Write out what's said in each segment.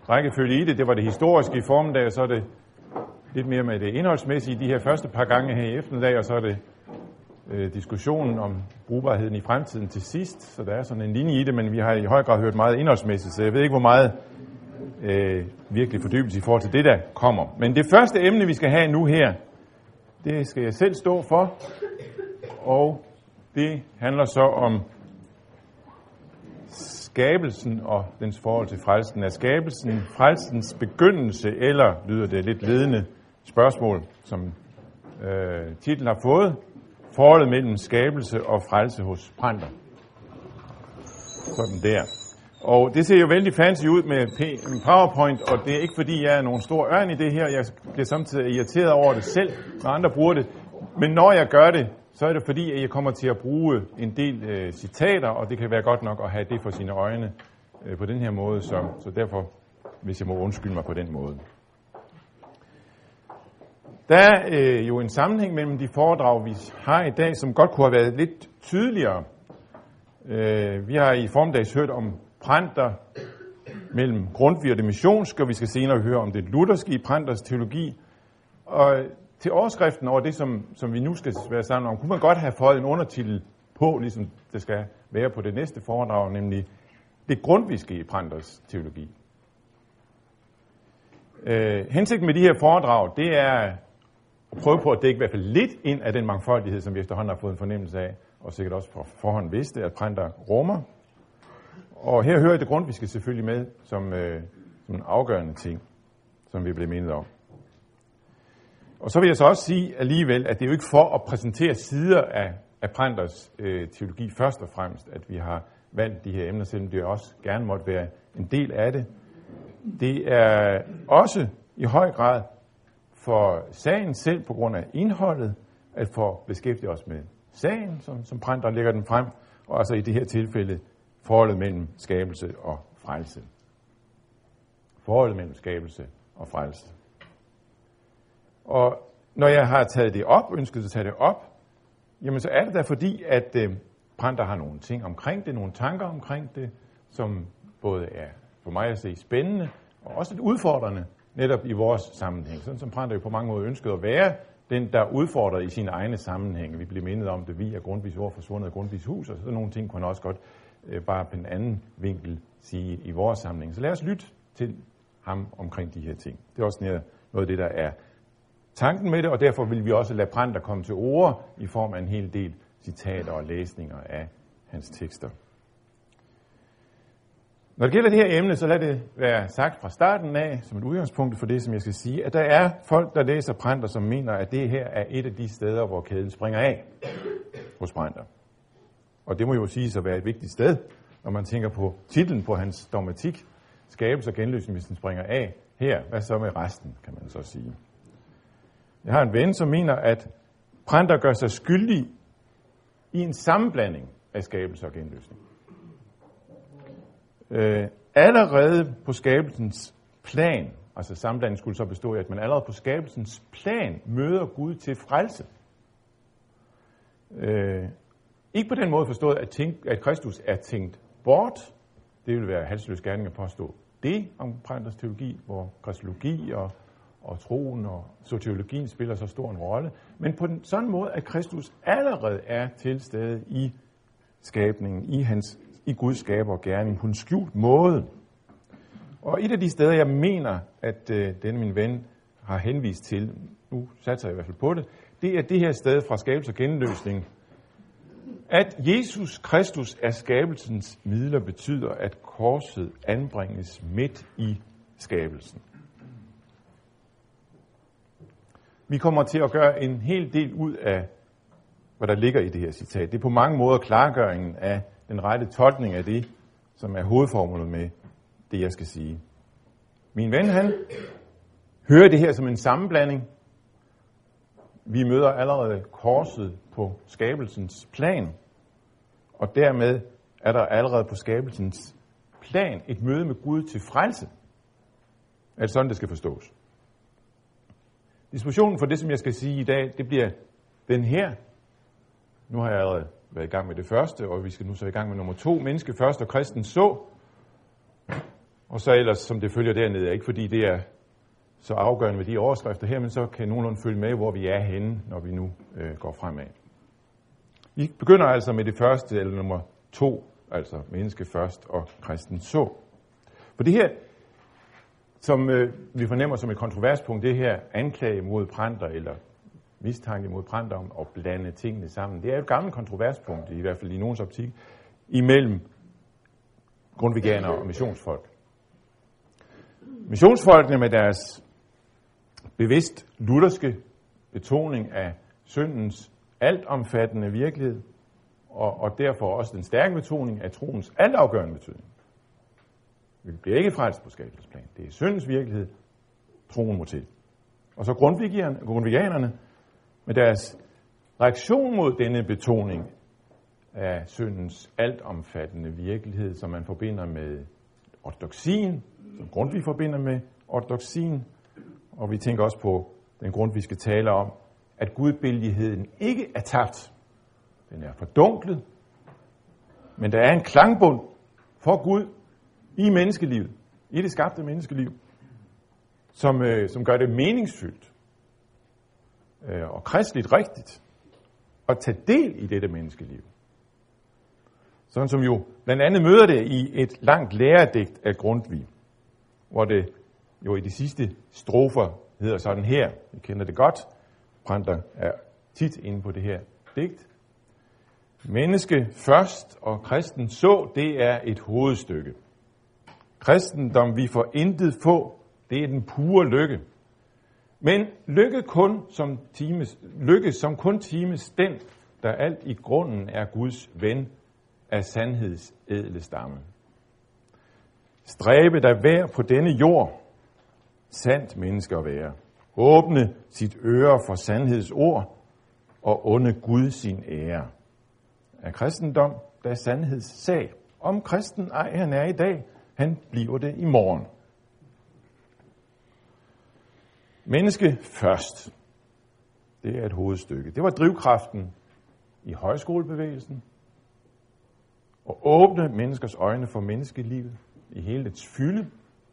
rækkefølge i det. Det var det historiske i formiddag, og så er det lidt mere med det indholdsmæssige de her første par gange her i eftermiddag, og så er det diskussionen om brugbarheden i fremtiden til sidst. Så der er sådan en linje i det, men vi har i høj grad hørt meget indholdsmæssigt, så jeg ved ikke, hvor meget virkelig fordybelse i forhold til det, der kommer. Men det første emne, vi skal have nu her, det skal jeg selv stå for, og det handler så om skabelsen og dens forhold til frelsen. Er skabelsen frelsens begyndelse, eller lyder det lidt ledende spørgsmål, som titlen har fået, forholdet mellem skabelse og frelse hos Pranter. Sådan der. Og det ser jo vældig fancy ud med en PowerPoint, og det er ikke fordi, jeg er nogen stor ørn i det her. Jeg bliver samtidig irriteret over det selv, når andre bruger det. Men når jeg gør det, så er det fordi, at jeg kommer til at bruge en del citater, og det kan være godt nok at have det for sine øjne på den her måde. Så derfor, hvis jeg må undskylde mig på den måde. Der er jo en sammenhæng mellem de foredrag, vi har i dag, som godt kunne have været lidt tydeligere. Vi har i formiddags hørt om Pranter mellem Grundtvig og det missionske, og vi skal senere høre om det lutherske i Pranters teologi. Og til overskriften over det, som vi nu skal være sammen om, kunne man godt have fået en undertitel på, ligesom det skal være på det næste foredrag, nemlig det grundtvigske i Pranters teologi. Hensigten med de her foredrag, det er at prøve på at dække i hvert fald lidt ind af den mangfoldighed, som vi efterhånden har fået en fornemmelse af, og sikkert også på forhånd vidste, at Pranter rummer. Og her hører det grundtvigske selvfølgelig med som en afgørende ting, som vi blev mindet om. Og så vil jeg så også sige alligevel, at det er jo ikke for at præsentere sider af Pranters teologi først og fremmest, at vi har valgt de her emner, selvom det også gerne måtte være en del af det. Det er også i høj grad for sagen selv på grund af indholdet, at få beskæftige os med sagen, som Pranter lægger den frem, og altså i det her tilfælde forholdet mellem skabelse og frelse. Forholdet mellem skabelse og frelse. Og når jeg har taget det op, ønsket at tage det op, jamen så er det da fordi, at Pranter har nogle ting omkring det, nogle tanker omkring det, som både er for mig at se spændende, og også lidt udfordrende, netop i vores sammenhæng. Sådan som Pranter jo på mange måder ønskede at være, den der udfordrer i sine egne sammenhænge. Vi bliver mindet om det, vi er Grundtvigs ord forsvundet af Grundtvigs hus, og sådan nogle ting kunne han også godt bare på en anden vinkel sige i vores sammenhæng. Så lad os lytte til ham omkring de her ting. Det er også noget af det, der er tanken med det, og derfor vil vi også lade Pranter komme til orde i form af en hel del citater og læsninger af hans tekster. Når det gælder det her emne, så lad det være sagt fra starten af, som et udgangspunkt for det, som jeg skal sige, at der er folk, der læser Pranter, som mener, at det her er et af de steder, hvor kæden springer af hos Pranter. Og det må jo siges at være et vigtigt sted, når man tænker på titlen på hans dogmatik, skabelse og genløsning, hvis den springer af her. Hvad så med resten, kan man så sige. Jeg har en ven, som mener, at Pranter gør sig skyldig i en sammenblanding af skabelse og genløsning. Allerede på skabelsens plan, altså sammenblanding skulle så bestå i, at man allerede på skabelsens plan møder Gud til frelse. Ikke på den måde forstået, at Kristus er tænkt bort. Det vil være halsløs gerning at påstå det om Pranters teologi, hvor kristologi og troen og soteriologien spiller så stor en rolle. Men på en sådan måde, at Kristus allerede er til stede i skabningen, i Guds skaber gerning på en skjult måde. Og et af de steder, jeg mener, at denne min ven har henvist til, nu satser jeg i hvert fald på det, det er det her sted fra skabelse og genløsning. At Jesus Kristus er skabelsens midler betyder, at korset anbringes midt i skabelsen. Vi kommer til at gøre en hel del ud af, hvad der ligger i det her citat. Det er på mange måder klargøringen af den rette tolkning af det, som er hovedformålet med det, jeg skal sige. Min ven, han hører det her som en sammenblanding. Vi møder allerede korset på skabelsens plan, og dermed er der allerede på skabelsens plan et møde med Gud til frelse. Er det sådan, det skal forstås? Diskussionen for det, som jeg skal sige i dag, det bliver den her. Nu har jeg allerede været i gang med det første, og vi skal nu så i gang med nummer 2. Menneske først og kristen så. Og så ellers, som det følger dernede, ikke fordi det er så afgørende med de overskrifter her, men så kan nogenlunde følge med, hvor vi er henne, når vi nu går fremad. Vi begynder altså med det første, eller nummer 2, altså menneske først og kristen så. For det her, som vi fornemmer som et kontroverspunkt, det her anklage mod Pranter, eller mistanke mod Pranter om at blande tingene sammen, det er et gammelt kontroverspunkt, i hvert fald i nogens optik, imellem grundvigianere og missionsfolk. Missionsfolkene med deres bevidst lutherske betoning af syndens altomfattende virkelighed, og derfor også den stærke betoning af troens altafgørende betydning. Vi bliver ikke frelst på skabelsesplan. Det er syndens virkelighed, troen må til. Og så grundvigianerne med deres reaktion mod denne betoning af syndens altomfattende virkelighed, som man forbinder med ortodoksien, som Grundtvig forbinder med ortodoksien, og vi tænker også på den Grundtvig skal tale om, at gudbilligheden ikke er tabt. Den er fordunklet, men der er en klangbund for Gud i menneskelivet, i det skabte menneskeliv, som gør det meningsfyldt og kristeligt rigtigt at tage del i dette menneskeliv. Sådan som jo blandt andet møder det i et langt læredigt af Grundtvig, hvor det jo i de sidste strofer hedder sådan her. Vi kender det godt. Pranter er tit inde på det her digt. Menneske først og kristen så, det er et hovedstykke. Kristendom vi for intet få, det er den pure lykke. Men lykke som kun times den, der alt i grunden er Guds ven af sandheds ædle stamme. Stræbe der hver på denne jord, sandt menneske at være. Åbne sit øre for sandheds ord, og unde Gud sin ære. Af kristendom, der er sandheds sag. Om kristen ej han er i dag, han bliver det i morgen. Menneske først. Det er et hovedstykke. Det var drivkraften i højskolebevægelsen. At åbne menneskers øjne for menneskelivet i hele dets fylde.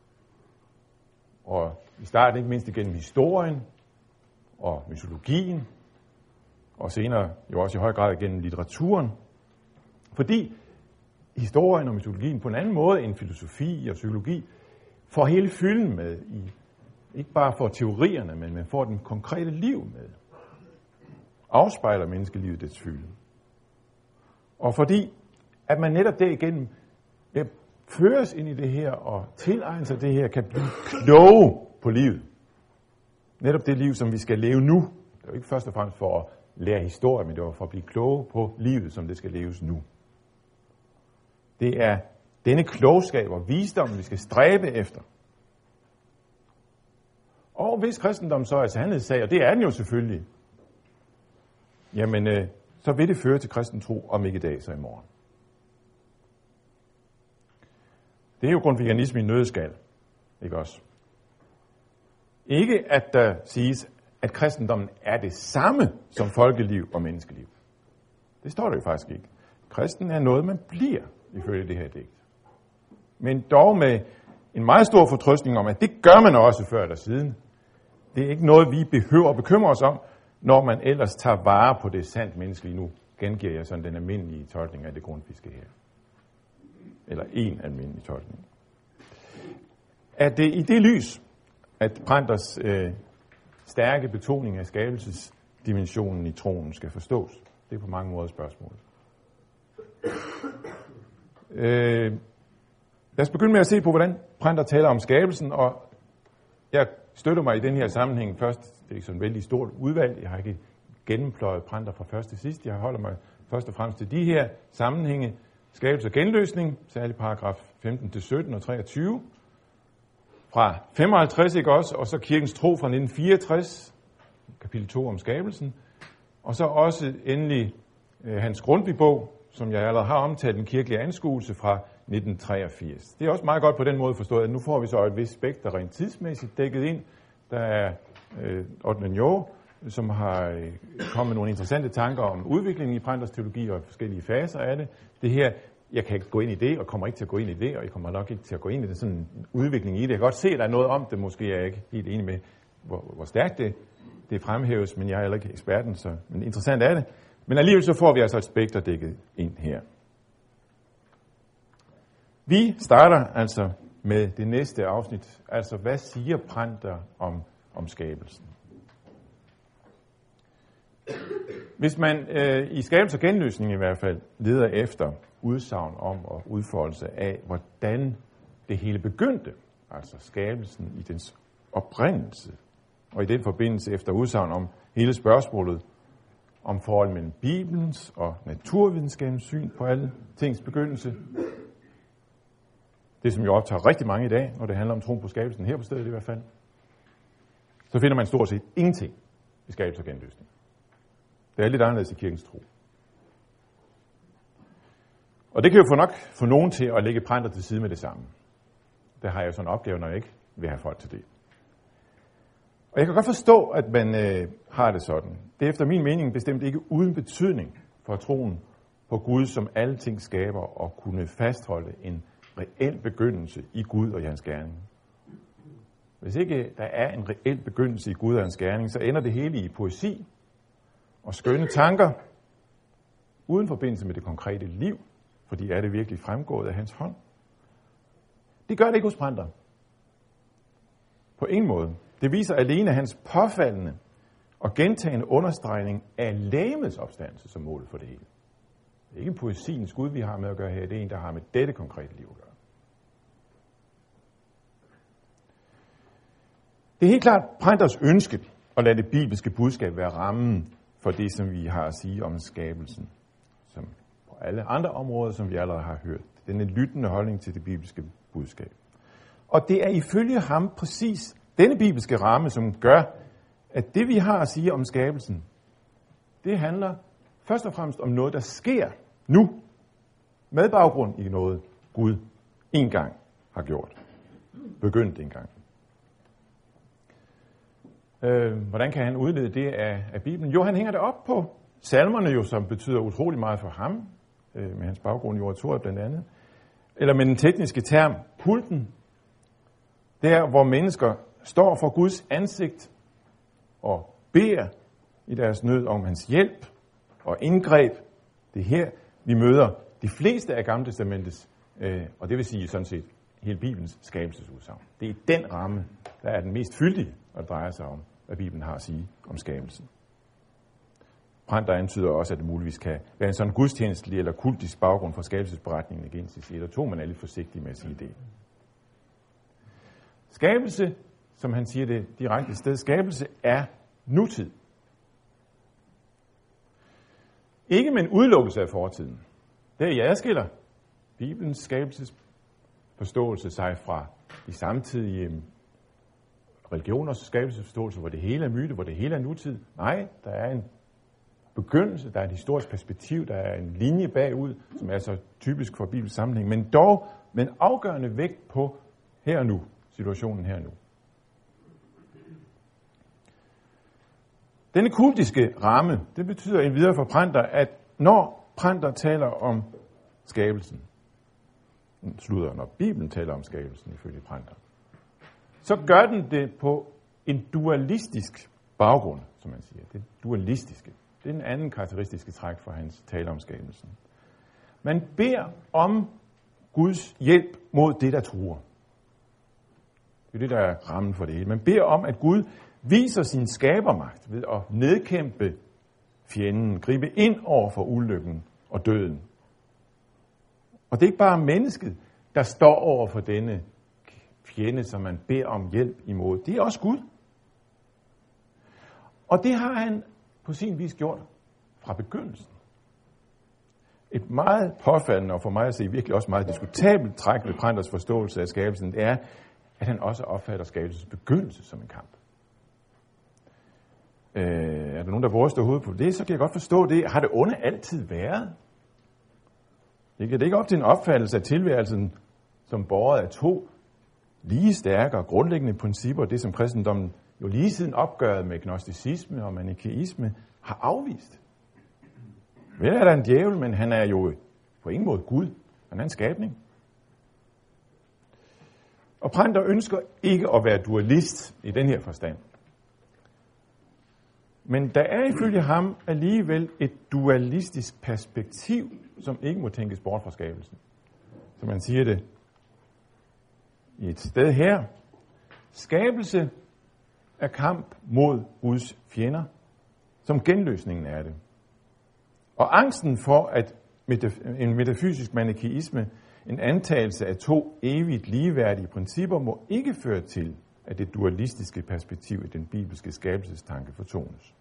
Og i starten ikke mindst igennem historien og mytologien. Og senere jo også i høj grad igennem litteraturen. Fordi historien og mytologien på en anden måde end filosofi og psykologi får hele fylden med i. Ikke bare for teorierne, men man får den konkrete liv med. Afspejler menneskelivet dets fylde. Og fordi, at man netop derigennem føres ind i det her og tilegner sig det her, kan blive kloge på livet. Netop det liv, som vi skal leve nu. Det er jo ikke først og fremmest for at lære historie, men det var for at blive kloge på livet, som det skal leves nu. Det er denne klogskab og visdom, vi skal stræbe efter. Og hvis kristendom så er sandhedssag, og det er den jo selvfølgelig, jamen så vil det føre til kristen tro, om ikke i dag, så i morgen. Det er jo grundvigianisme i nøddeskal, ikke også? Ikke at der siges, at kristendommen er det samme som folkeliv og menneskeliv. Det står der jo faktisk ikke. Kristen er noget, man bliver, ifølge det her digt. Men dog med en meget stor fortrøstning om, at det gør man også før eller siden. Det er ikke noget, vi behøver at bekymre os om, når man ellers tager vare på det sandt menneskelige. Nu gengiver jeg sådan den almindelige tolkning af det grundfiske her. Eller en almindelig tolkning. At det i det lys, at Pranters stærke betoning af skabelsesdimensionen i troen skal forstås. Det er på mange måder spørgsmålet. Lad os begynde med at se på, hvordan Pranter taler om skabelsen, og jeg støtter mig i den her sammenhæng først. Det er ikke sådan et vældig stort udvalg. Jeg har ikke gennempløjet Pranter fra først til sidst. Jeg holder mig først og fremmest til de her sammenhænge. Skabelse og genløsning, særligt paragraf 15-17 og 23. Fra 55, ikke også, og så kirkens tro fra 1964, kapitel 2 om skabelsen. Og så også endelig hans Grundtvig-bog, som jeg allerede har omtalt, den kirkelige anskuelse fra 1983. Det er også meget godt på den måde forstået, at nu får vi så et vist spekter rent tidsmæssigt dækket ind. Der er Ottmar Jo, som har kommet nogle interessante tanker om udviklingen i Pranters teologi og forskellige faser af det. Det her jeg kan gå ind i det, og kommer ikke til at gå ind i det, og jeg kommer nok ikke til at gå ind i det, sådan en udvikling i det. Jeg kan godt se, at der er noget om det, måske er jeg ikke helt enig med, hvor stærkt det fremhæves, men jeg er heller ikke eksperten, men interessant er det. Men alligevel så får vi altså et spekter dækket ind her. Vi starter altså med det næste afsnit, altså hvad siger Pranter om skabelsen? Hvis man i skabelse og genløsning i hvert fald leder efter udsagn om og udfoldelse af, hvordan det hele begyndte, altså skabelsen i dens oprindelse, og i den forbindelse efter udsagn om hele spørgsmålet om forholdet mellem Bibelens og naturvidenskabens syn på alle tings begyndelse, det som jo optager rigtig mange i dag, når det handler om troen på skabelsen, her på stedet i hvert fald, så finder man stort set ingenting i skabelse og genløsning. Det er lidt anderledes i kirkens tro. Og det kan jo nok få nogen til at lægge Pranter til side med det samme. Der har jeg sådan en opgave, når jeg ikke vil have folk til det. Og jeg kan godt forstå, at man har det sådan. Det er efter min mening bestemt ikke uden betydning for troen på Gud, som alle ting skaber, og kunne fastholde en reel begyndelse i Gud og i hans gerning. Hvis ikke der er en reel begyndelse i Gud og hans gerning, så ender det hele i poesi og skønne tanker, uden forbindelse med det konkrete liv, fordi er det virkelig fremgået af hans hånd. Det gør det ikke hos Pranter. På ingen måde. Det viser alene hans påfaldende og gentagende understregning af legemets opstandelse som mål for det hele. Det er ikke poesiens Gud, vi har med at gøre her. Det er en, der har med dette konkrete liv at gøre. Det er helt klart Pranters ønske at lade det bibelske budskab være rammen for det, som vi har at sige om skabelsen, som på alle andre områder, som vi allerede har hørt. Denne lyttende holdning til det bibelske budskab. Og det er ifølge ham præcis denne bibelske ramme, som gør, at det, vi har at sige om skabelsen, det handler først og fremmest om noget, der sker nu, med baggrund i noget, Gud engang har gjort. Begyndt engang. Hvordan kan han udlede det af Bibelen? Jo, han hænger det op på salmerne, jo, som betyder utrolig meget for ham, med hans baggrund i oratoriet blandt andet. Eller med den tekniske term, pulten. Der, hvor mennesker står for Guds ansigt og beder i deres nød om hans hjælp og indgreb. Det er her, vi møder de fleste af Gamle Testamentets, og det vil sige sådan set hele Bibelens skabelsesudsagn. Det er den ramme, der er den mest fyldige, og drejer sig om, hvad Bibelen har at sige om skabelsen. Pranter antyder også, at det muligvis kan være en sådan gudstjenestelig eller kultisk baggrund for skabelsesberetningen i Genesis 1 og 2, men er lidt forsigtig med at sige det. Skabelse, som han siger det direkte sted, skabelse er nutid. Ikke med en udelukkelse af fortiden. Der adskiller Bibelens skabelsesforståelse sig fra de samtidige religioners skabelsesforståelse, hvor det hele er myte, hvor det hele er nutid. Nej, der er en begyndelse, der er et historisk perspektiv, der er en linje bagud, som er så typisk for Bibels sammenhæng, men dog med en afgørende vægt på her og nu, situationen her og nu. Denne kultiske ramme, det betyder endvidere for Pranter, at når Pranter taler om skabelsen, når Bibelen taler om skabelsen ifølge Pranter, så gør den det på en dualistisk baggrund, som man siger. Det dualistiske. Det er den anden karakteristiske træk for hans tale om skabelsen. Man beder om Guds hjælp mod det, der truer. Det er det, der er rammen for det hele. Man beder om, at Gud viser sin skabermagt ved at nedkæmpe fjenden, gribe ind over for ulykken og døden. Og det er ikke bare mennesket, der står over for denne fjende, som man beder om hjælp imod. Det er også Gud. Og det har han på sin vis gjort fra begyndelsen. Et meget påfaldende, og for mig at se virkelig også meget diskutabelt træk ved Pranters forståelse af skabelsen, det er, at han også opfatter skabelsens begyndelse som en kamp. Er der nogen, der ryster hovedet på det, så kan jeg godt forstå det. Har det onde altid været? Det er ikke op til en opfattelse af tilværelsen, som båret af to lige stærke og grundlæggende principper, det som kristendommen jo lige siden opgøret med gnosticisme og manikæisme har afvist. Vel er der en djævel, men han er jo på ingen måde Gud. Han er en skabning. Og Pranter ønsker ikke at være dualist i den her forstand. Men der er ifølge ham alligevel et dualistisk perspektiv, som ikke må tænkes bort fra skabelsen. Så man siger det i et sted her. Skabelse er kamp mod Guds fjender, som genløsningen er det. Og angsten for, at en metafysisk manikiisme, en antagelse af to evigt ligeværdige principper, må ikke føre til, at det dualistiske perspektiv i den bibelske skabelsestanke fortones.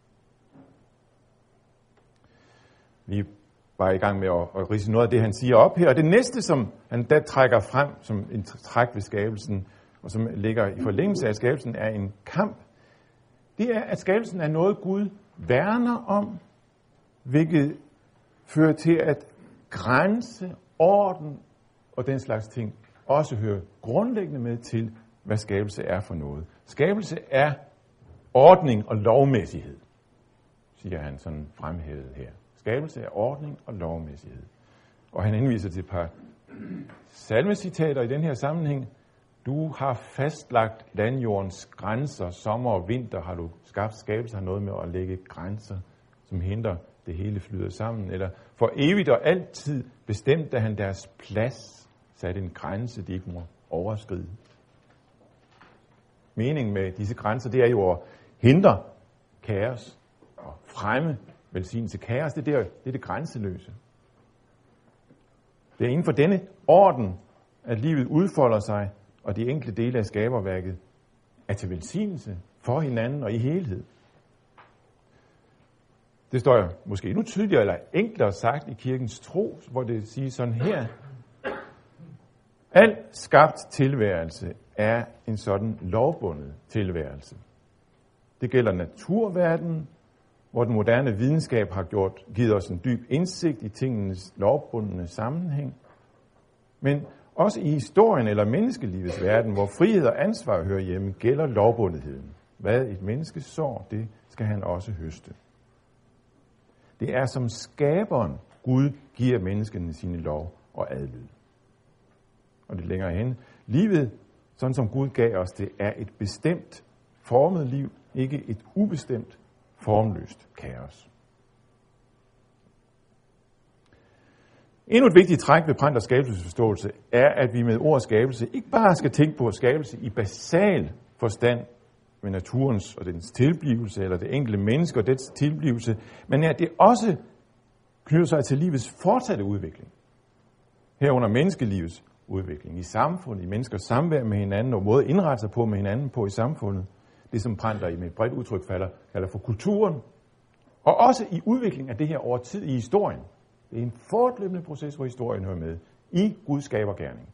Vi var i gang med at ridse noget af det, han siger op her. Og det næste, som han da trækker frem som en træk ved skabelsen, og som ligger i forlængelse af skabelsen, er en kamp. Det er, at skabelsen er noget, Gud værner om, hvilket fører til, at grænse, orden og den slags ting også hører grundlæggende med til, hvad skabelse er for noget. Skabelse er ordning og lovmæssighed, siger han sådan fremhævet her. Skabelse er ordning og lovmæssighed. Og han henviser til et par salmecitater i den her sammenhæng. Du har fastlagt landjordens grænser, sommer og vinter har du skabt. Skabelse har noget med at lægge grænser, som hindrer det hele flyder sammen. Eller for evigt og altid bestemte han deres plads, satte en grænse, de ikke må overskride. Meningen med disse grænser, det er jo at hindre kaos og fremme velsignelse. Kaos, det er det grænseløse. Det er inden for denne orden, at livet udfolder sig, og de enkelte dele af skaberværket er til velsignelse for hinanden og i helhed. Det står måske endnu tydeligere eller enklere sagt i kirkens tro, hvor det siges sådan her. Al skabt tilværelse er en sådan lovbundet tilværelse. Det gælder naturverdenen, hvor den moderne videnskab har givet os en dyb indsigt i tingenes lovbundne sammenhæng. Men også i historien eller menneskelivets verden, hvor frihed og ansvar hører hjemme, gælder lovbundetheden. Hvad et menneske sår, det skal han også høste. Det er som skaberen, Gud giver menneskene sine lov og adlyd. Og det længere hen. Livet, sådan som Gud gav os det, er et bestemt formet liv, ikke et ubestemt formløst kaos. Endnu et vigtigt træk ved Pranters skabelsesforståelse er, at vi med ordet skabelse ikke bare skal tænke på skabelse i basal forstand med naturens og dens tilblivelse, eller det enkelte menneske og dets tilblivelse, men at det også knytter sig til livets fortsatte udvikling. Herunder menneskelivets udvikling i samfundet, i menneskers samvær med hinanden og måde at indrette sig på med hinanden på i samfundet. Det som Pranter med et bredt udtryk kalder for kulturen. Og også i udvikling af det her over tid i historien. Det er en fortløbende proces, hvor historien hører med i Guds skabergerning.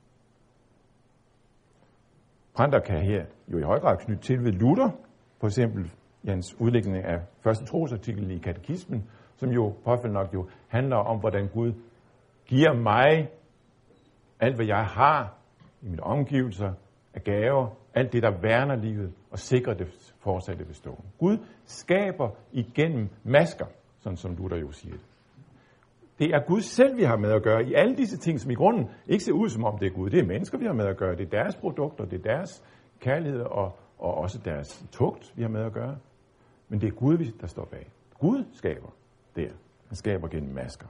Pranter kan her jo i høj grad knytte til ved Luther, for eksempel i hans udlægning af første trosartikel i katekismen, som jo påfældende nok jo handler om, hvordan Gud giver mig alt, hvad jeg har i mine omgivelser af gaver, alt det, der værner livet og sikrer det fortsatte bestående. Gud skaber igennem masker, sådan som Luther jo siger. Det er Gud selv, vi har med at gøre i alle disse ting, som i grunden ikke ser ud som om det er Gud. Det er mennesker, vi har med at gøre. Det er deres produkter, det er deres kærlighed og også deres tugt, vi har med at gøre. Men det er Gud, der står bag. Gud skaber der. Han skaber gennem masker.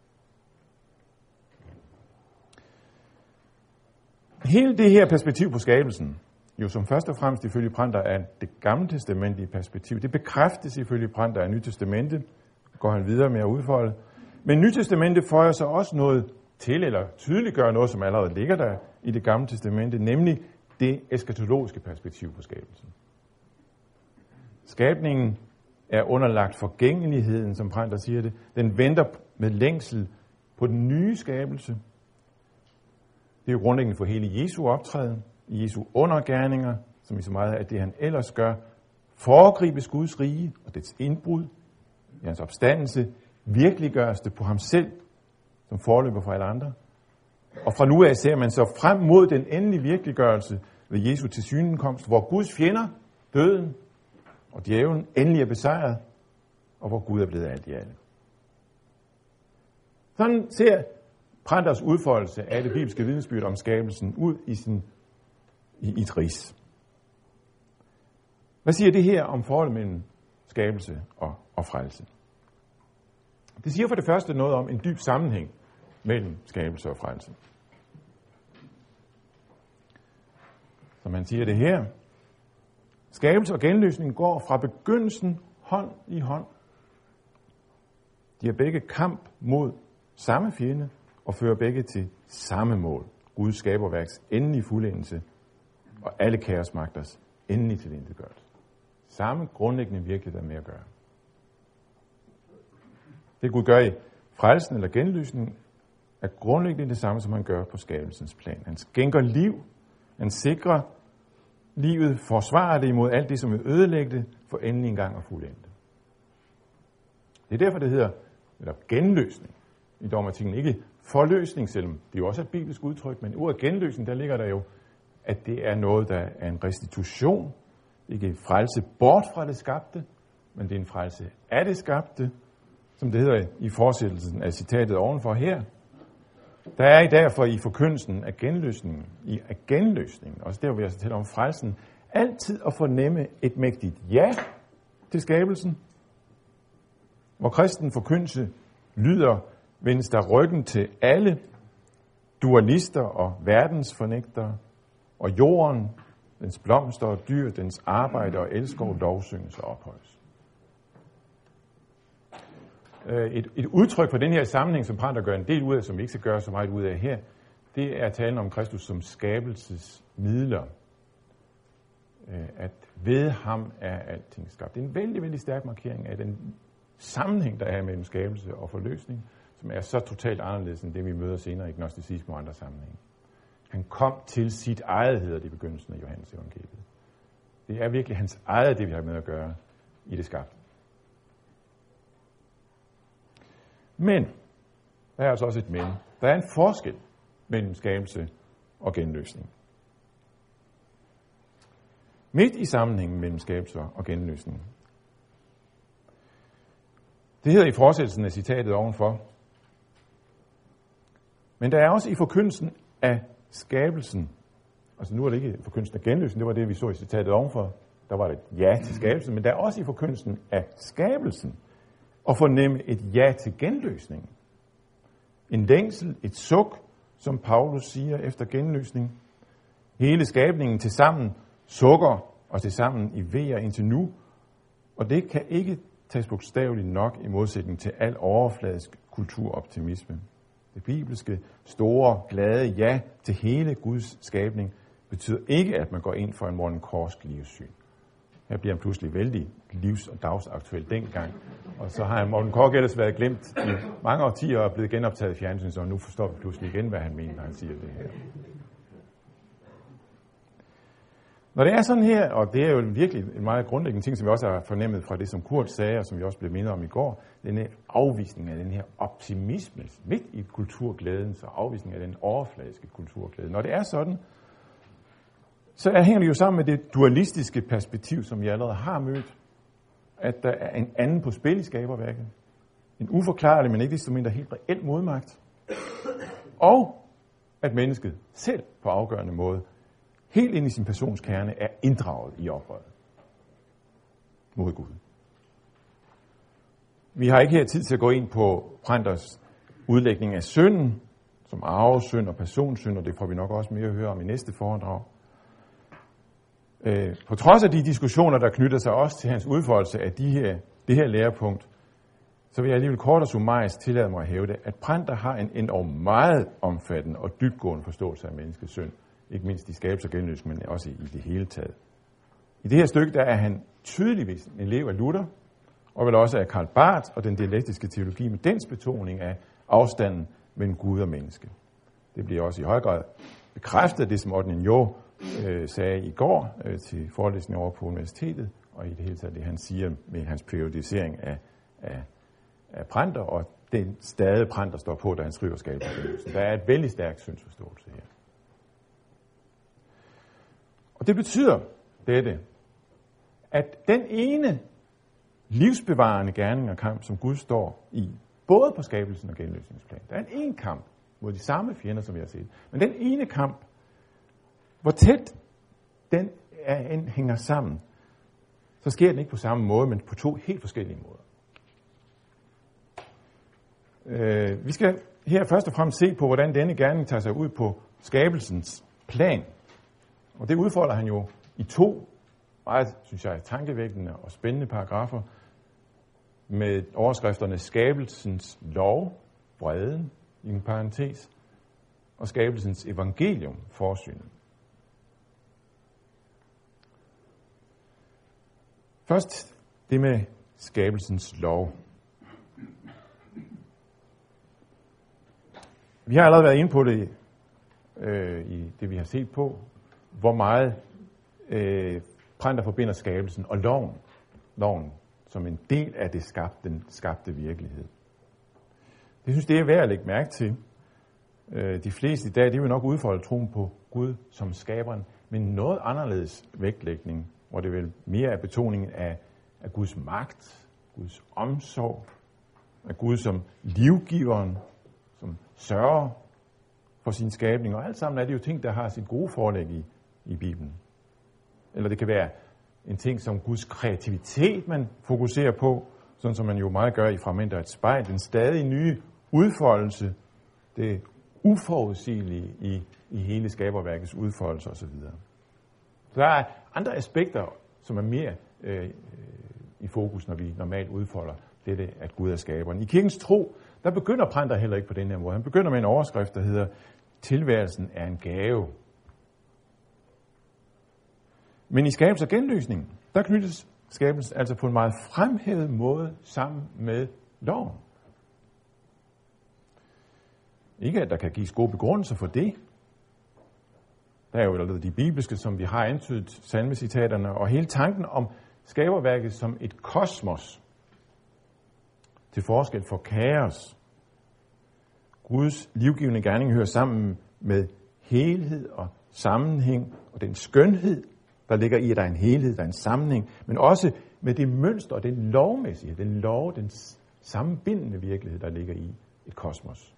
Hele det her perspektiv på skabelsen, jo som først og fremmest ifølge Pranter er det gamle testamentlige perspektiv, det bekræftes ifølge Pranter af Nyt Testamente, går han videre med at udfolde. Men Nyt Testamente føjer sig også noget til, eller tydeliggør noget, som allerede ligger der i det gamle testamente, nemlig det eskatologiske perspektiv på skabelsen. Skabningen er underlagt forgængeligheden, som Pranter siger det. Den venter med længsel på den nye skabelse. Det er jo grundlæggende for hele Jesu optræden, Jesu undergerninger, som i så meget af det, han ellers gør, foregribes Guds rige og dets indbrud, i hans opstandelse, virkeliggøres det på ham selv, som forløber for alle andre. Og fra nu af ser man så frem mod den endelige virkeliggørelse ved Jesu tilsynekomst, hvor Guds fjender, døden og djævlen, endelig er besejret, og hvor Gud er blevet alt i alle. Sådan ser Pranters udfoldelse af det bibelske vidnesbyrd om skabelsen ud i et ris. Hvad siger det her om forholdet mellem skabelse og frelse? Det siger for det første noget om en dyb sammenhæng mellem skabelse og frelse. Som han siger det her. Skabelse og genløsning går fra begyndelsen hånd i hånd. De har begge kamp mod samme fjende og fører begge til samme mål. Guds skaberværks endelige fuldendelse og alle kaosmagters endelige tilintetgørelse. Samme grundlæggende virkelighed med at gøre. Det Gud gør i frelsen eller genløsningen er grundlæggende det samme, som han gør på skabelsens plan. Han skænker liv, han sikrer livet, forsvarer det imod alt det, som vil ødelægge det, for endelig en gang at fuldende det. Det er derfor, det hedder genløsning i dogmatikken. Ikke forløsning, selvom det jo også er et bibelsk udtryk, men i ordet genløsning, der ligger der jo, at det er noget, der er en restitution. Ikke en frelse bort fra det skabte, men det er en frelse af det skabte, som det hedder i fortsættelsen af citatet ovenfor her. Der er i derfor i forkyndelsen af genløsningen, også der vil jeg tale om frelsen, altid at fornemme et mægtigt ja til skabelsen. Hvor kristen forkyndelse lyder, vendes der ryggen til alle dualister og verdensfornægtere, og jorden, dens blomster og dyr, dens arbejde og elskov lovsynges og ophøjes. Et udtryk for den her sammenhæng, som Pranter gør en del ud af, som vi ikke skal gøre så meget ud af her, det er talen om Kristus som skabelsesmidler. At ved ham er alting skabt. Det er en vældig, vældig stærk markering af den sammenhæng, der er mellem skabelse og forløsning, som er så totalt anderledes end det, vi møder senere i gnosticisme og andre sammenhænge. Han kom til sit eget, hedder det i begyndelsen af Johannes evangeliet. Det er virkelig hans eget, det vi har med at gøre i det skabte. Men, der er altså også et men. Der er en forskel mellem skabelse og genløsning. Midt i sammenhængen mellem skabelse og genløsning. Det hedder i fortsættelsen af citatet ovenfor. Men der er også i forkyndelsen af skabelsen, altså nu er det ikke forkyndelsen af genløsning, det var det, vi så i citatet ovenfor. Der var det et ja til skabelsen, men der er også i forkyndelsen af skabelsen at fornemme et ja til genløsning. En længsel, et suk, som Paulus siger efter genløsning. Hele skabningen til sammen sukker og til sammen i vejer indtil nu, og det kan ikke tages bogstaveligt nok i modsætning til al overfladisk kulturoptimisme. Det bibelske, store, glade ja til hele Guds skabning betyder ikke, at man går ind for en Morten Korsk livssyn. Her bliver han pludselig vældig livs- og dagsaktuel dengang. Og så har Morten Kork ellers været glemt i mange årtier og blevet genoptaget i fjernsyn, så nu forstår vi pludselig igen, hvad han mener, når han siger det her. Når det er sådan her, og det er jo virkelig en meget grundlæggende ting, som vi også har fornemmet fra det, som Kurt sagde, og som vi også blev mindet om i går, denne afvisning af den her optimisme midt i kulturglæden, så afvisning af den overfladiske kulturglæde. Når det er sådan, så hænger det jo sammen med det dualistiske perspektiv, som vi allerede har mødt, at der er en anden på spil i skaberværket. En uforklarlig, men ikke desto mindre helt reel modmagt. Og at mennesket selv på afgørende måde, helt ind i sin persons kerne, er inddraget i oprøret mod Gud. Vi har ikke her tid til at gå ind på Pranters udlægning af synden, som arvesynd og personsynd, og det får vi nok også mere at høre om i næste foredrag. På trods af de diskussioner, der knytter sig også til hans udfoldelse af det her lærepunkt, så vil jeg alligevel kort og summarisk tillade mig at hævde, at Pranter har en endog meget omfattende og dybtgående forståelse af menneskets synd. Ikke mindst i skabelse og genløsning, men også i det hele taget. I det her stykke, der er han tydeligvis en elev af Luther, og vel også af Karl Barth og den dialektiske teologi med dens betoning af afstanden mellem Gud og menneske. Det bliver også i høj grad bekræftet, det som Odden Jo sagde i går til forelæsning over på universitetet, og i det hele taget det, han siger med hans periodisering af Pranter, og den stadig Pranter står på, da han skriver skabelsen. Der er et vældig stærkt syndsforståelse her. Og det betyder dette, at den ene livsbevarende gerning og kamp, som Gud står i, både på skabelsen og genløsningsplan, der er en kamp mod de samme fjender, som vi har set. Men den ene kamp, hvor tæt den hænger sammen, så sker den ikke på samme måde, men på to helt forskellige måder. Vi skal her først og fremmest se på, hvordan denne gerning tager sig ud på skabelsens plan. Og det udfolder han jo i to meget, synes jeg, tankevækkende og spændende paragrafer med overskrifterne skabelsens lov, vreden, i en parentes, og skabelsens evangelium, forsynet. Først det med skabelsens lov. Vi har allerede været inde på det i det, vi har set på, hvor meget Prenter forbinder skabelsen og loven som en del af den skabte virkelighed. Det synes det er værd at lægge mærke til. De fleste i dag, de vil nok udfolde troen på Gud som skaberen, men noget anderledes vægtlægning, hvor det vel mere er betoningen af Guds magt, Guds omsorg, af Gud som livgiveren, som sørger for sin skabning. Og alt sammen er det jo ting, der har sit gode forlæg i Bibelen. Eller det kan være en ting som Guds kreativitet, man fokuserer på, sådan som man jo meget gør i Fragmenter af et spejl. Den stadig nye udfoldelse, det uforudsigelige i hele skaberværkets udfoldelse osv. Så der er andre aspekter, som er mere i fokus, når vi normalt udfolder dette, at Gud er skaberen. I kirkens tro, der begynder Prenter heller ikke på den her måde. Han begynder med en overskrift, der hedder, tilværelsen er en gave. Men i skabelse og genløsning, der knyttes skabelsen altså på en meget fremhævet måde sammen med loven. Ikke at der kan gives gode begrundelser for det. Der er jo allerede de bibelske, som vi har antydet, salmecitaterne, og hele tanken om skaberværket som et kosmos, til forskel for kaos. Guds livgivende gerning hører sammen med helhed og sammenhæng, og den skønhed, der ligger i, at der er en helhed, der er en sammenhæng, men også med det mønster og den lovmæssige, den sammenbindende virkelighed, der ligger i et kosmos.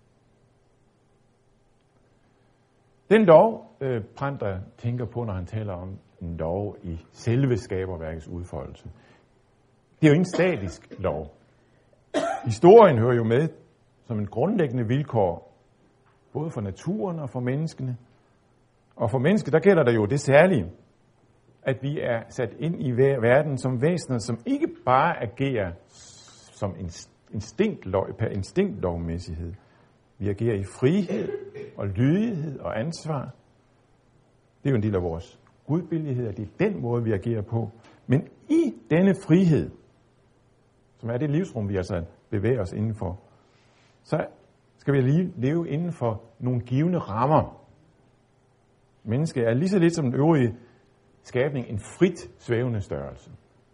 Den lov, Prenter tænker på, når han taler om en lov i selve skaberværkets udfoldelse, det er jo ingen statisk lov. Historien hører jo med som en grundlæggende vilkår, både for naturen og for menneskene. Og for mennesket, der gælder der jo det særlige, at vi er sat ind i verden som væsener, som ikke bare agerer som per instinktlovmæssighed. Vi agerer i frihed og lydighed og ansvar. Det er jo en del af vores gudbillighed, og det er den måde, vi agerer på. Men i denne frihed, som er det livsrum, vi altså bevæger os indenfor, så skal vi lige leve inden for nogle givne rammer. Mennesket er lige så lidt som den øvrige skabning en frit svævende størrelse.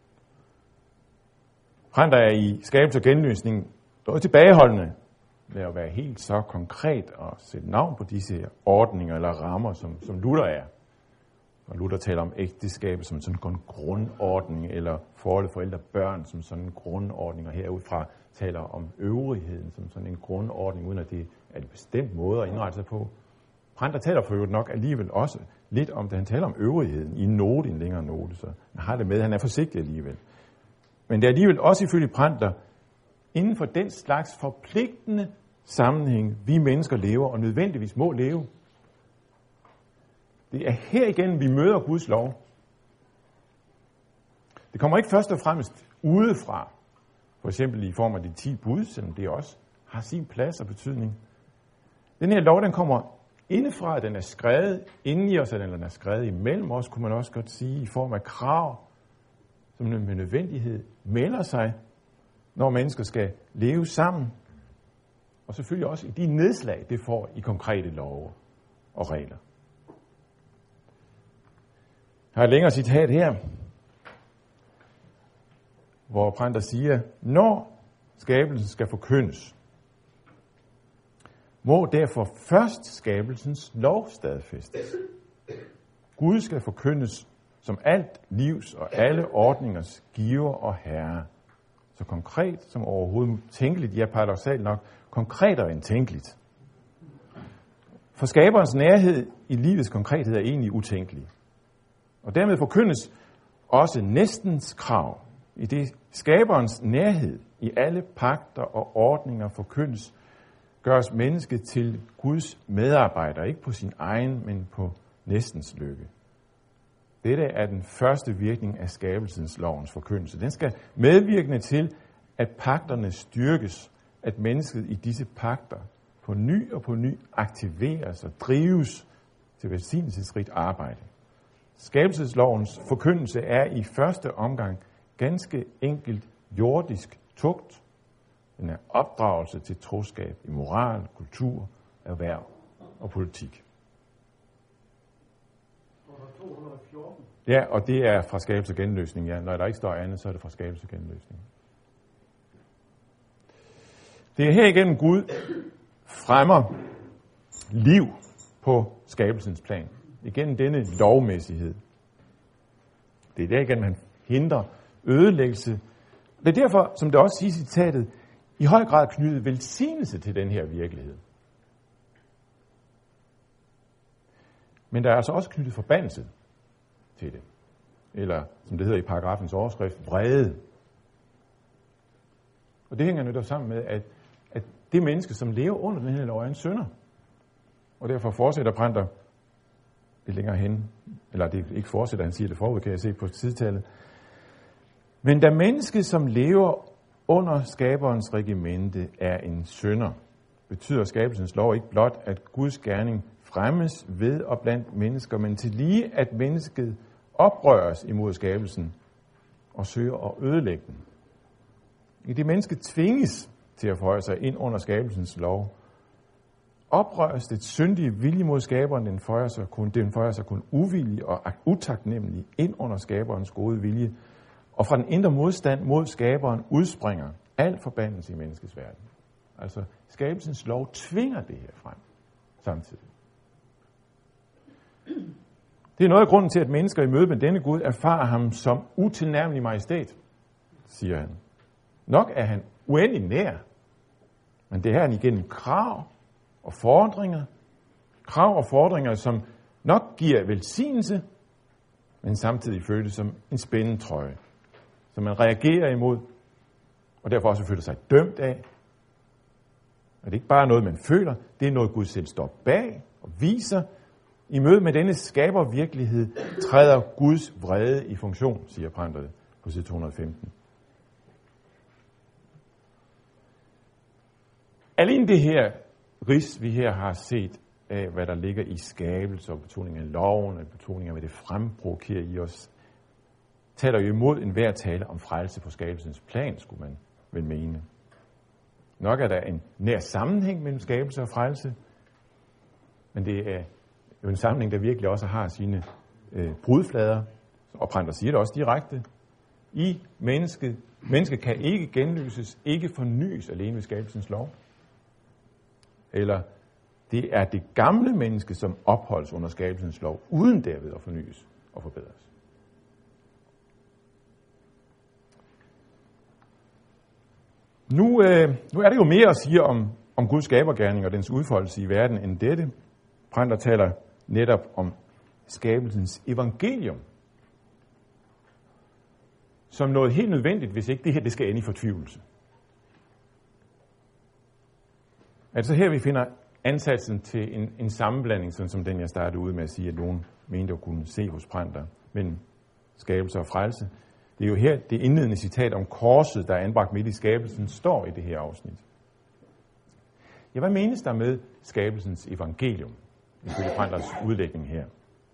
Prenter er i skabelse og genløsning dog tilbageholdende med at være helt så konkret og sætte navn på disse ordninger eller rammer, som Luther er. Og Luther taler om ægteskabet som sådan en grundordning, eller forholdet forældre-børn som sådan en grundordning, og herudfra taler om øvrigheden som sådan en grundordning, uden at det er en bestemt måde at indrette sig på. Prenter taler for øvrigt nok alligevel også lidt om det. Han taler om øvrigheden i en længere note, så han har det med. Han er forsigtig alligevel. Men det er alligevel også ifølge Prenter inden for den slags forpligtende sammenhæng, vi mennesker lever og nødvendigvis må leve. Det er her igen, vi møder Guds lov. Det kommer ikke først og fremmest udefra, for eksempel i form af de 10 bud, selvom det også har sin plads og betydning. Den her lov, den kommer indefra, den er skrevet inden i os, eller den er skrevet imellem os, kunne man også godt sige, i form af krav, som med nødvendighed melder sig, når mennesker skal leve sammen, og selvfølgelig også i de nedslag, det får i konkrete love og regler. Jeg har et længere citat her, hvor Prenter siger, når skabelsen skal forkyndes, må derfor først skabelsens lov stadfæstes. Gud skal forkyndes som alt livs og alle ordningers giver og herre. Så konkret som overhovedet tænkeligt, ja paradoksalt nok, konkretere end tænkeligt. For skaberens nærhed i livets konkrethed er egentlig utænkelig. Og dermed forkyndes også næstens krav. I det skaberens nærhed i alle pagter og ordninger forkyndes, gøres mennesket til Guds medarbejder, ikke på sin egen, men på næstens lykke. Dette er den første virkning af skabelsens lovens forkyndelse. Den skal medvirkende til, at pagterne styrkes, at mennesket i disse pagter på ny aktiveres og drives til velsignelsesrigt arbejde. Skabelseslovens forkyndelse er i første omgang ganske enkelt jordisk tugt. Den er opdragelse til troskab i moral, kultur, erhverv og politik. 214. Ja, og det er fra skabelse og genløsning. Ja. Når der ikke står andet, så er det fra skabelse og genløsning. Det er her igennem Gud fremmer liv på skabelsens plan. Igennem denne lovmæssighed. Det er der igennem, han hindrer ødelæggelse. Det er derfor, som det også siges i citatet, i høj grad knyttet velsignelse til den her virkelighed. Men der er altså også knyttet forbandelse til det. Eller, som det hedder i paragrafens overskrift, vrede. Og det hænger netop sammen med, at det menneske, som lever under den her lov, er en synder. Og derfor fortsætter Printer lidt længere hen, eller det ikke fortsætter, han siger det forud, kan jeg se på sidetallet. Men da mennesket, som lever under skaberens regimente, er en synder, betyder skabelsens lov ikke blot, at Guds gerning fremmes ved og blandt mennesker, men til lige, at mennesket oprøres imod skabelsen og søger at ødelægge den. I det menneske tvinges til at forholde sig ind under skabelsens lov, oprøres det syndige vilje mod skaberen, den føjer sig kun uvillig og utaknemmelig ind under skaberens gode vilje, og fra den indre modstand mod skaberen udspringer al forbandelse i menneskets verden. Altså, skabelsens lov tvinger det her frem samtidig. Det er noget af grunden til, at mennesker i møde med denne Gud erfarer ham som utilnærmelig majestæt, siger han. Nok er han uendelig nær, men det her er han igennem krav og fordringer, som nok giver velsignelse, men samtidig føles som en spændetrøje, som man reagerer imod, og derfor også føler sig dømt af. Og det er ikke bare noget, man føler, det er noget, Gud selv står bag og viser. I møde med denne skabervirkelighed træder Guds vrede i funktion, siger Printer på side 215. Alene det her rids, vi her har set af, hvad der ligger i skabelse og betoning af loven og betoning af, hvad det fremprovokerer i os, taler jo imod enhver tale om frelse på skabelsens plan, skulle man vel mene. Nok er der en nær sammenhæng mellem skabelse og frelse, men det er jo en sammenhæng, der virkelig også har sine brudflader, og Printer siger det også direkte. I mennesket. Mennesket kan ikke genløses, ikke fornyes alene ved skabelsens lov. Eller det er det gamle menneske, som opholdes under skabelsens lov, uden derved at fornyes og forbedres. Nu er det jo mere at sige om Guds skabergerning og dens udfoldelse i verden end dette. Printer taler netop om skabelsens evangelium som noget helt nødvendigt, hvis ikke det her det skal ende i fortvivlelse. Altså her vi finder ansatsen til en sammenblanding, sådan som den jeg startede ud med at sige, at nogen mente at kunne se hos Printer, mellem skabelse og frelse. Det er jo her det indledende citat om korset, der er anbragt midt i skabelsen, står i det her afsnit. Ja, hvad menes der med skabelsens evangelium, ifølge Printers udlægning her?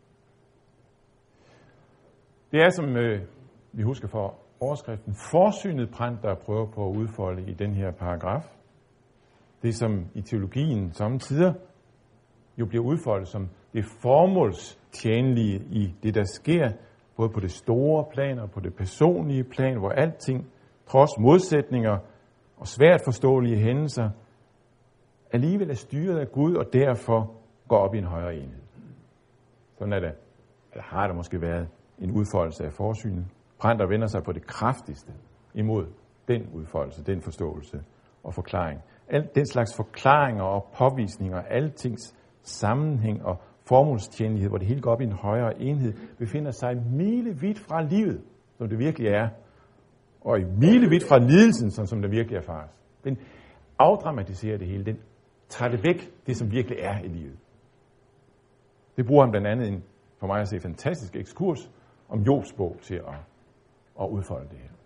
Det er, som vi husker for overskriften, forsynet Printer prøver på at udfolde i den her paragraf. Det, som i teologien samtidig jo bliver udfoldet som det formålstjenlige i det, der sker, både på det store plan og på det personlige plan, hvor alting, trods modsætninger og svært forståelige hændelser, alligevel er styret af Gud og derfor går op i en højere enhed. Sådan er det. Eller har der måske været en udfoldelse af forsynet. Printer vender sig på det kraftigste imod den udfoldelse, den forståelse og forklaring. Den slags forklaringer og påvisninger af altings sammenhæng og formålstjenlighed, hvor det hele går op i en højere enhed, befinder sig milevidt fra livet, som det virkelig er, og i milevidt fra lidelsen, som det virkelig erfares. Den afdramatiserer det hele, den tager det væk, det som virkelig er i livet. Det bruger han blandt andet en, for mig at se, fantastisk ekskurs om Jobs bog til at udfolde det her.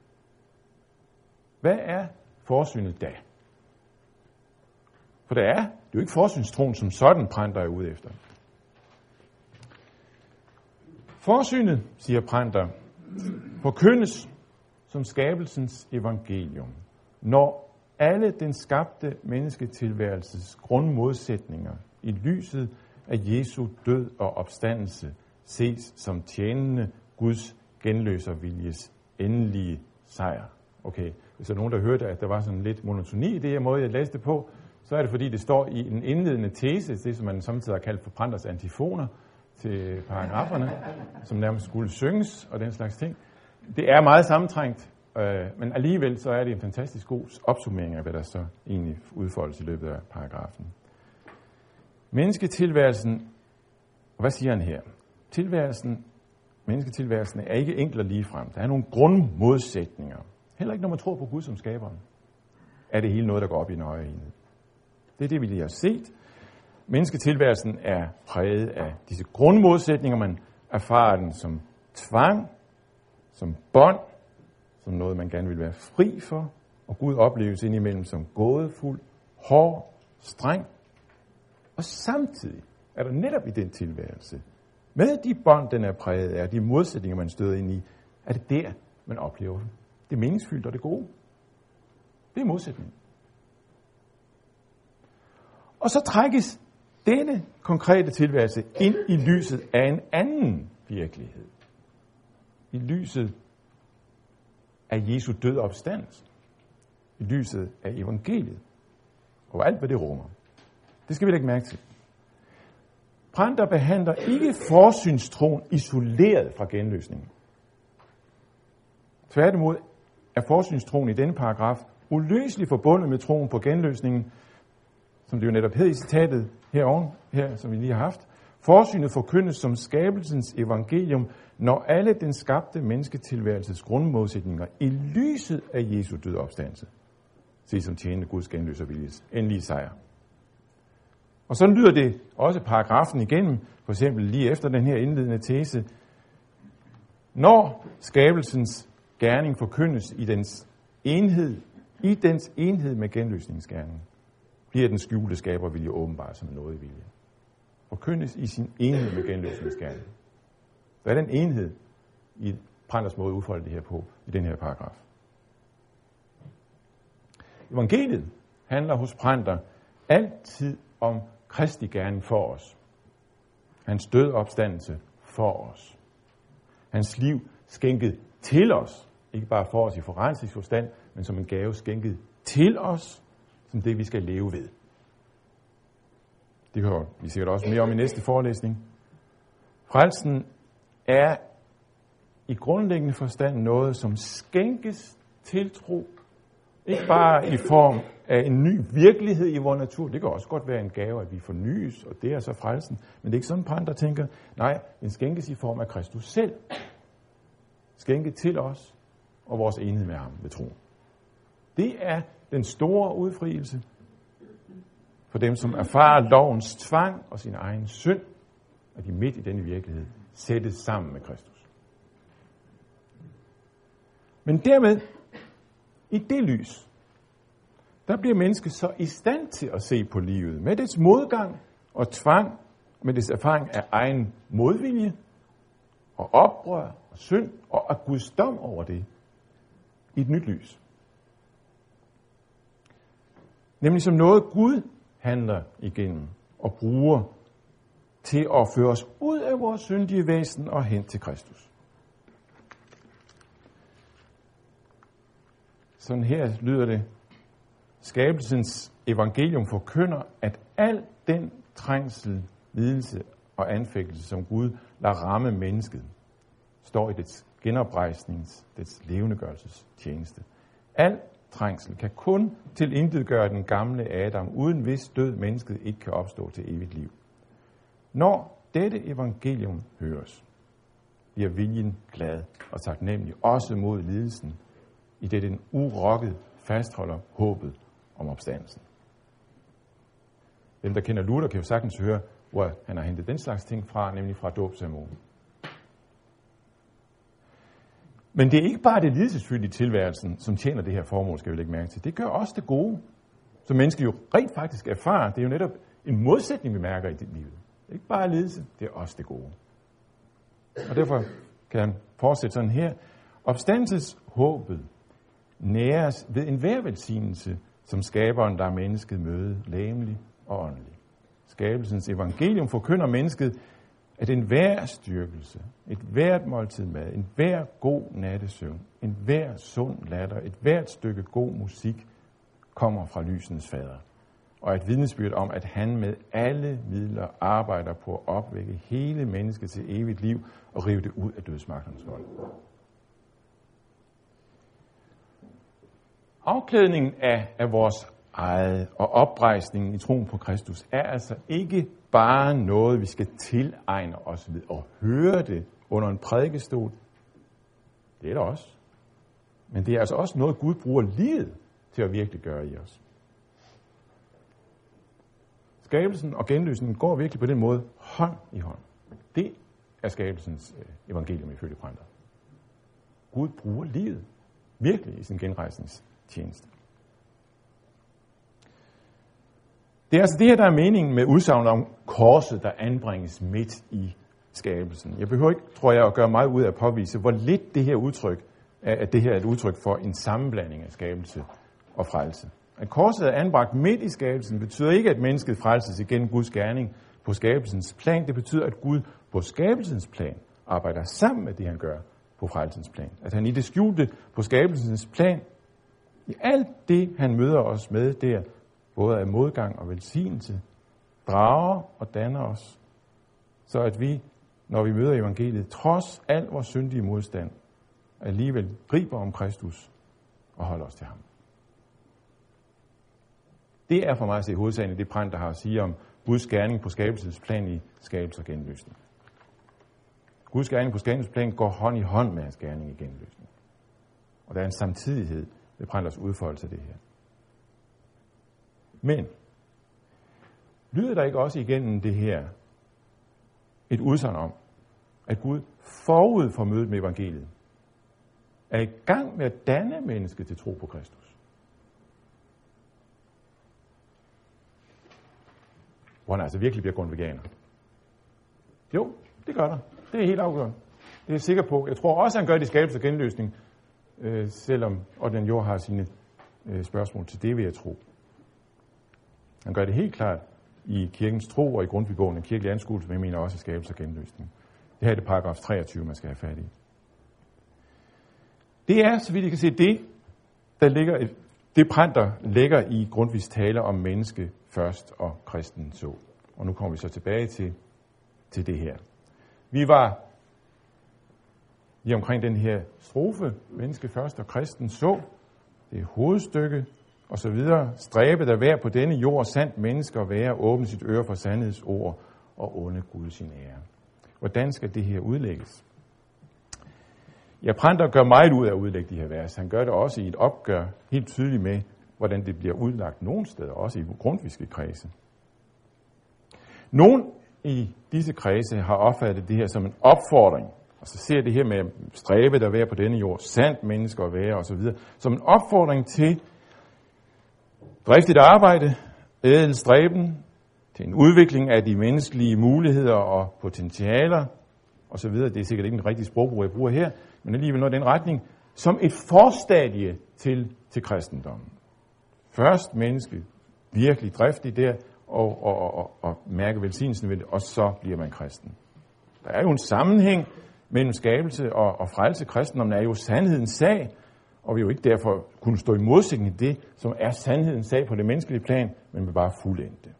Hvad er forsynet da? For det er jo ikke forsynstroen som sådan, Printer er ude efter. Forsynet, siger Printer, forkyndes som skabelsens evangelium, når alle den skabte mennesketilværelses grundmodsætninger i lyset af Jesu død og opstandelse ses som tjenende Guds genløserviljes endelige sejr. Okay, hvis der er nogen, der hørte, at der var sådan lidt monotoni i det her måde, jeg læste på, så er det fordi, det står i en indledende tese, det som man samtidig har kaldt for Printers antifoner til paragraferne, som nærmest skulle synges og den slags ting. Det er meget sammentrængt, men alligevel så er det en fantastisk god opsummering af, hvad der så egentlig udfoldes i løbet af paragrafen. Mennesketilværelsen, og hvad siger han her? Mennesketilværelsen er ikke enkel og ligefrem. Der er nogle grundmodsætninger. Heller ikke når man tror på Gud som skaberen, er det hele noget, der går op i en højere enhed. Det er det, vi lige har set. Mennesketilværelsen er præget af disse grundmodsætninger. Man erfarer den som tvang, som bånd, som noget, man gerne vil være fri for. Og Gud opleves indimellem som gådefuld, hård, streng. Og samtidig er der netop i den tilværelse, med de bånd, den er præget af, de modsætninger, man støder ind i, er det der, man oplever det meningsfyldte og det gode. Det er modsætningen. Og så trækkes denne konkrete tilværelse ind i lyset af en anden virkelighed. I lyset af Jesu død og opstandelse. I lyset af evangeliet. Og alt, hvad det rummer. Det skal vi lægge mærke til. Printer behandler ikke forsynstroen isoleret fra genløsningen. Tværtimod er forsynstroen i denne paragraf uløseligt forbundet med troen på genløsningen, som det jo netop hed i citatet her, som vi lige har haft. Forsynet forkyndes som skabelsens evangelium, når alle den skabte mennesketilværelses grundmodsætninger i lyset af Jesu død og opstandelse ses som tjenende Guds genløserviljes endelige sejr. Og så lyder det også paragrafen igennem, for eksempel lige efter den her indledende tese. Når skabelsens gerning forkyndes i dens enhed med genløsningsgerningen, bliver den skjulte skabervilje åbenbart som noget i vilje. Forkyndes i sin enhed med genløsningsgerningen. Der er den enhed i Printers måde at udfolde det her på i den her paragraf. Evangeliet handler hos Printer altid om Kristi gerning for os. Hans død og opstandelse for os. Hans liv skænket til os. Ikke bare for os i forrensningsforstand, men som en gave skænket til os, som det vi skal leve ved. Det hører vi sikkert også mere om i næste forelæsning. Frelsen er i grundlæggende forstand noget, som skænkes til tro. Ikke bare i form af en ny virkelighed i vores natur. Det kan også godt være en gave, at vi fornyes, og det er så frelsen. Men det er ikke sådan, Printer tænker. Nej, den skænkes i form af Kristus selv. Skænket til os og vores enhed med ham ved tro. Det er den store udfrielse for dem, som erfarer lovens tvang og sin egen synd, og de midt i denne virkelighed sættes sammen med Kristus. Men dermed, i det lys, der bliver mennesket så i stand til at se på livet med dets modgang og tvang, med dets erfaring af egen modvilje og oprør og synd og af Guds dom over det i et nyt lys. Nemlig som noget Gud handler igennem og bruger til at føre os ud af vores syndige væsen og hen til Kristus. Sådan her lyder det. Skabelsens evangelium forkynder, at al den trængsel, lidelse og anfægtelse, som Gud lader ramme mennesket, står i dets genoprejsnings, dets levendegørelses tjeneste. Al trængsel, kan kun tilintetgøre den gamle Adam, uden hvis død mennesket ikke kan opstå til evigt liv. Når dette evangelium høres, bliver viljen glad og taknemmelig, også mod lidelsen, i det den urokket fastholder håbet om opstandelsen. Dem, der kender Luther, kan jo sagtens høre, hvor han har hentet den slags ting fra, nemlig fra dåbsceremonien. Men det er ikke bare det lidelsesfyldte i tilværelsen, som tjener det her formål, skal vi lægge mærke til. Det gør også det gode, som mennesket jo rent faktisk erfarer. Det er jo netop en modsætning, vi mærker i dit liv. Det er ikke bare lidelse, det er også det gode. Og derfor kan han fortsætte sådan her. Opstandelseshåbet næres ved enhver velsignelse, som skaberen, der er mennesket, møde legemlig og åndelig. Skabelsens evangelium forkynder mennesket, at enhver styrkelse, et hvert måltid mad, enhver god nattesøvn, enhver sund latter, et hvert stykke god musik kommer fra lysens fader. Og et vidnesbyrd om, at han med alle midler arbejder på at opvække hele mennesket til evigt liv og rive det ud af dødsmagternes vold. Afklædningen af vores eget og oprejsningen i troen på Kristus er altså ikke bare noget, vi skal tilegne os ved at høre det under en prædikestol. Det er det også. Men det er altså også noget, Gud bruger livet til at virkelig gøre i os. Skabelsen og genløsningen går virkelig på den måde hånd i hånd. Det er skabelsens evangelium ifølge Brøndter. Gud bruger livet virkelig i sin genrejsningstjeneste. Det er altså det her, der er meningen med udsagnet om korset, der anbringes midt i skabelsen. Jeg behøver ikke, tror jeg, at gøre meget ud af at påvise, hvor lidt det her udtryk, at det her er et udtryk for en sammenblanding af skabelse og frelse. At korset er anbragt midt i skabelsen, betyder ikke, at mennesket frelses igennem Guds gerning på skabelsens plan. Det betyder, at Gud på skabelsens plan arbejder sammen med det, han gør på frelsens plan. At han i det skjulte på skabelsens plan, i alt det, han møder os med der, både af modgang og velsignelse, drager og danner os, så at vi, når vi møder evangeliet, trods al vores syndige modstand, alligevel griber om Kristus og holder os til ham. Det er for mig at se hovedsagen i det Brøndter har at sige om Guds gerning på skabelsens plan i skabelse og genløsning. Guds gerning på skabelsens plan går hånd i hånd med hans gerning i genløsning. Og der er en samtidighed ved Brøndters udfoldelse af det her. Men lyder der ikke også igennem det her et udsagn om, at Gud forud for mødet med evangeliet er i gang med at danne mennesket til tro på Kristus? Hvor han altså virkelig bliver grundviganer. Jo, det gør der. Det er helt afgørende. Det er jeg sikker på. Jeg tror også, han gør det i skabelse og genløsning, selvom Odden Jord har sine spørgsmål til det, vil jeg tro. Han gør det helt klart i kirkens tro og i Grundtvigbogen, en kirkelig anskuelse, men jeg mener også i skabelse og genløsning. Det her er det paragraf 23, man skal have fat i. Det er, så vidt I kan se, det Brøndter lægger i Grundtvigs tale om menneske først og kristen så. Og nu kommer vi så tilbage til det her. Vi var lige omkring den her strofe, menneske først og kristen så, det er hovedstykke, og så videre. Stræbe der hver på denne jord, sandt mennesker være, åbne sit øre for sandhedsord og onde Gud sin ære. Hvordan skal det her udlægges? Ja, Brøndter gør meget ud af at udlægge de her vers. Han gør det også i et opgør helt tydeligt med, hvordan det bliver udlagt nogle steder, også i grundtvigske kredse. Nogle i disse kredse har opfattet det her som en opfordring, og så ser det her med stræbe der være på denne jord, sandt mennesker at være osv., som en opfordring til driftigt arbejde, ædel stræben, til en udvikling af de menneskelige muligheder og potentialer osv. Det er sikkert ikke en rigtig sprogbrug, jeg bruger her, men alligevel noget i den retning, som et forstadie til kristendommen. Først menneske, virkelig driftig der, og mærke velsignelsen ved det, og så bliver man kristen. Der er jo en sammenhæng mellem skabelse og frelse. Kristendommen er jo sandhedens sag, og vi jo ikke derfor kunne stå i modsætning til det, som er sandhedens sag på det menneskelige plan, men vi bare fuldende det.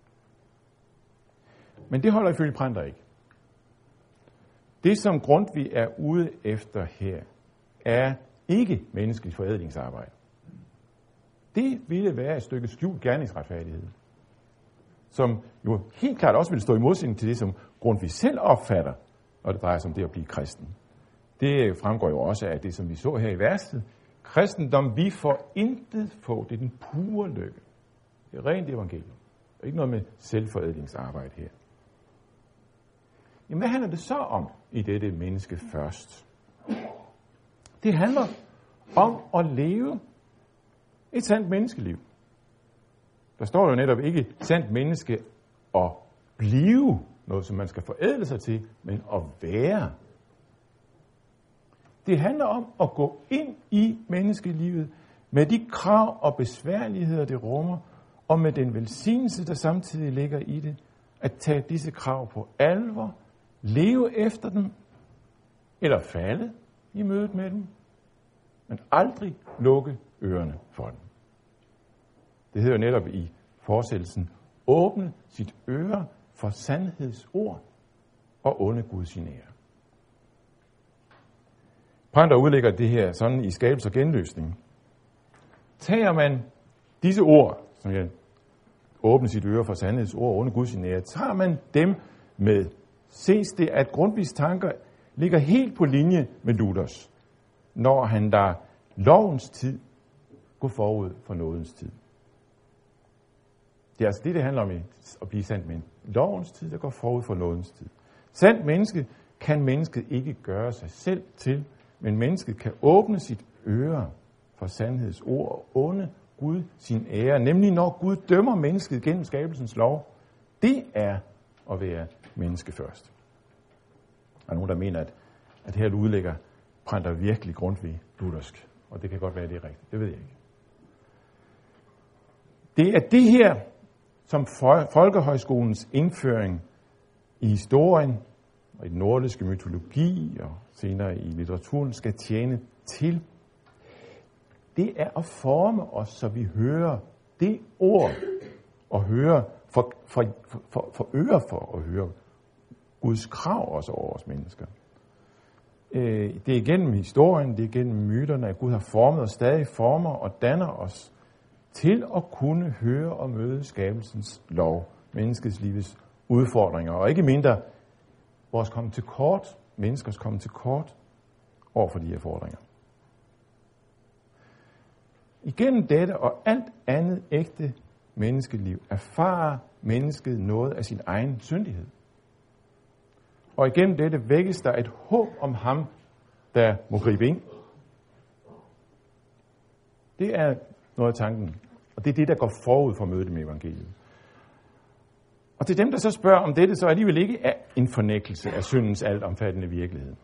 Men det holder ifølge Brøndter ikke. Det, som Grundtvig er ude efter her, er ikke menneskeligt forædlingsarbejde. Det ville være et stykke skjult gerningsretfærdighed, som jo helt klart også vil stå i modsætning til det, som Grundtvig selv opfatter, når det drejer sig om det at blive kristen. Det fremgår jo også af det, som vi så her i verset. Kristendom, vi får intet få. Det er den pure lykke. Det er rent evangelium. Der er ikke noget med selvforædlingsarbejde her. Jamen, hvad handler det så om i dette menneske først? Det handler om at leve et sandt menneskeliv. Der står jo netop ikke et sandt menneske at blive noget, som man skal forædle sig til, men at være. Det handler om at gå ind i menneskelivet med de krav og besværligheder, det rummer, og med den velsignelse, der samtidig ligger i det, at tage disse krav på alvor, leve efter dem, eller falde i mødet med dem, men aldrig lukke ørerne for dem. Det hedder netop i fortsættelsen, åbne sit øre for sandhedsord og onde Gud sin ære. Printer udlægger det her sådan i skabelse og genløsning. Tager man disse ord, som jeg åbne sit øre for sandhedsord og onde Gud sin ære, tager man dem med, ses det, at Grundtvigs tanker ligger helt på linje med Luthers, når han lader lovens tid gå forud for nådens tid. Det er altså det handler om at blive sandt menneske. Lovens tid, der går forud for nådens tid. Sandt menneske kan mennesket ikke gøre sig selv til, men mennesket kan åbne sit øre for sandhedsord og onde Gud sin ære, nemlig når Gud dømmer mennesket gennem skabelsens lov. Det er at være menneske først. Der er nogen, der mener, at her udlægger Printer virkelig Grundtvig luthersk, og det kan godt være, det er rigtigt. Det ved jeg ikke. Det er det her, som Folkehøjskolens indføring i historien og i den nordiske mytologi og senere i litteraturen skal tjene til. Det er at forme os, så vi hører det ord og hører for ører for at høre Guds krav også over os mennesker. Det er igennem historien, det er igennem myterne, at Gud har formet og stadig former og danner os til at kunne høre og møde skabelsens lov, menneskets livets udfordringer, og ikke mindre vores komme til kort, menneskers komme til kort over for de her fordringer. Igennem dette og alt andet ægte menneskeliv erfarer mennesket noget af sin egen syndighed. Og igennem dette vækkes der et håb om ham, der må gribe ind. Det er noget af tanken, og det er det, der går forud for mødet med evangeliet. Og til dem, der så spørger om dette, så alligevel ikke er en fornægtelse af syndens altomfattende virkelighed.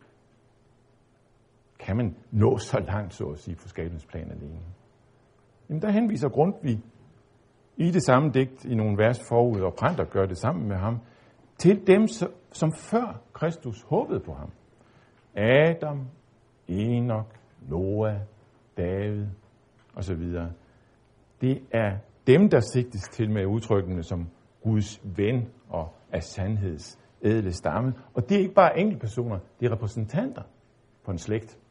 Kan man nå så langt, så at sige, på skabelsens plan alene? Jamen, der henviser Grundtvig i det samme digt i nogle vers forud, og Printer gør det sammen med ham, til dem, som før Kristus håbede på ham. Adam, Enok, Noah, David osv. Det er dem, der sigtes til med udtrykkene som Guds ven og af sandheds ædle stamme. Og det er ikke bare enkeltpersoner, det er repræsentanter for en slægt.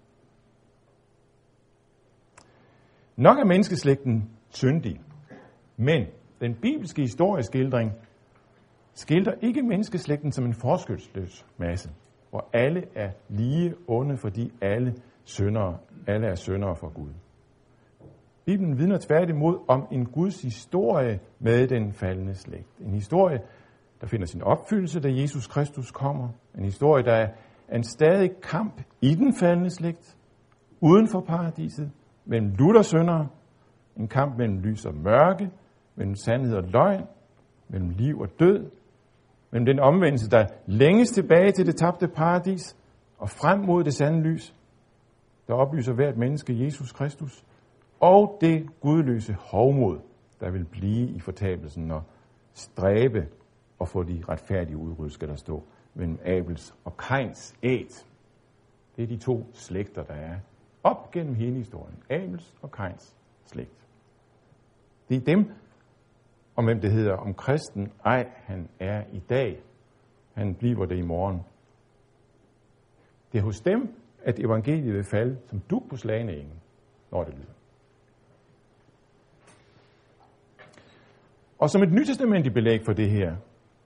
Nok er menneskeslægten syndig, men den bibelske historieskildring skildrer ikke menneskeslægten som en forskyldsløs masse, hvor alle er lige onde, fordi alle er syndere for Gud. Bibelen vidner tværtimod om en Guds historie med den faldne slægt. En historie, der finder sin opfyldelse, da Jesus Kristus kommer. En historie, der er en stadig kamp i den faldne slægt, uden for paradiset, mellem lutherssyndere, en kamp mellem lys og mørke, mellem sandhed og løgn, mellem liv og død, mellem den omvendelse, der længes tilbage til det tabte paradis, og frem mod det sande lys, der oplyser hvert menneske Jesus Kristus, og det gudløse hovmod, der vil blive i fortabelsen og stræbe og få de retfærdige udryddet, skal der stå, mellem Abels og Kains æt. Det er de to slægter, der er op gennem hele historien. Abels og Kains slægt. Det er dem, om hvem det hedder, om kristen, han er i dag. Han bliver det i morgen. Det er hos dem, at evangeliet vil falde som dug på slagene, når det lyder. Og som et nytestamentlig belæg for det her,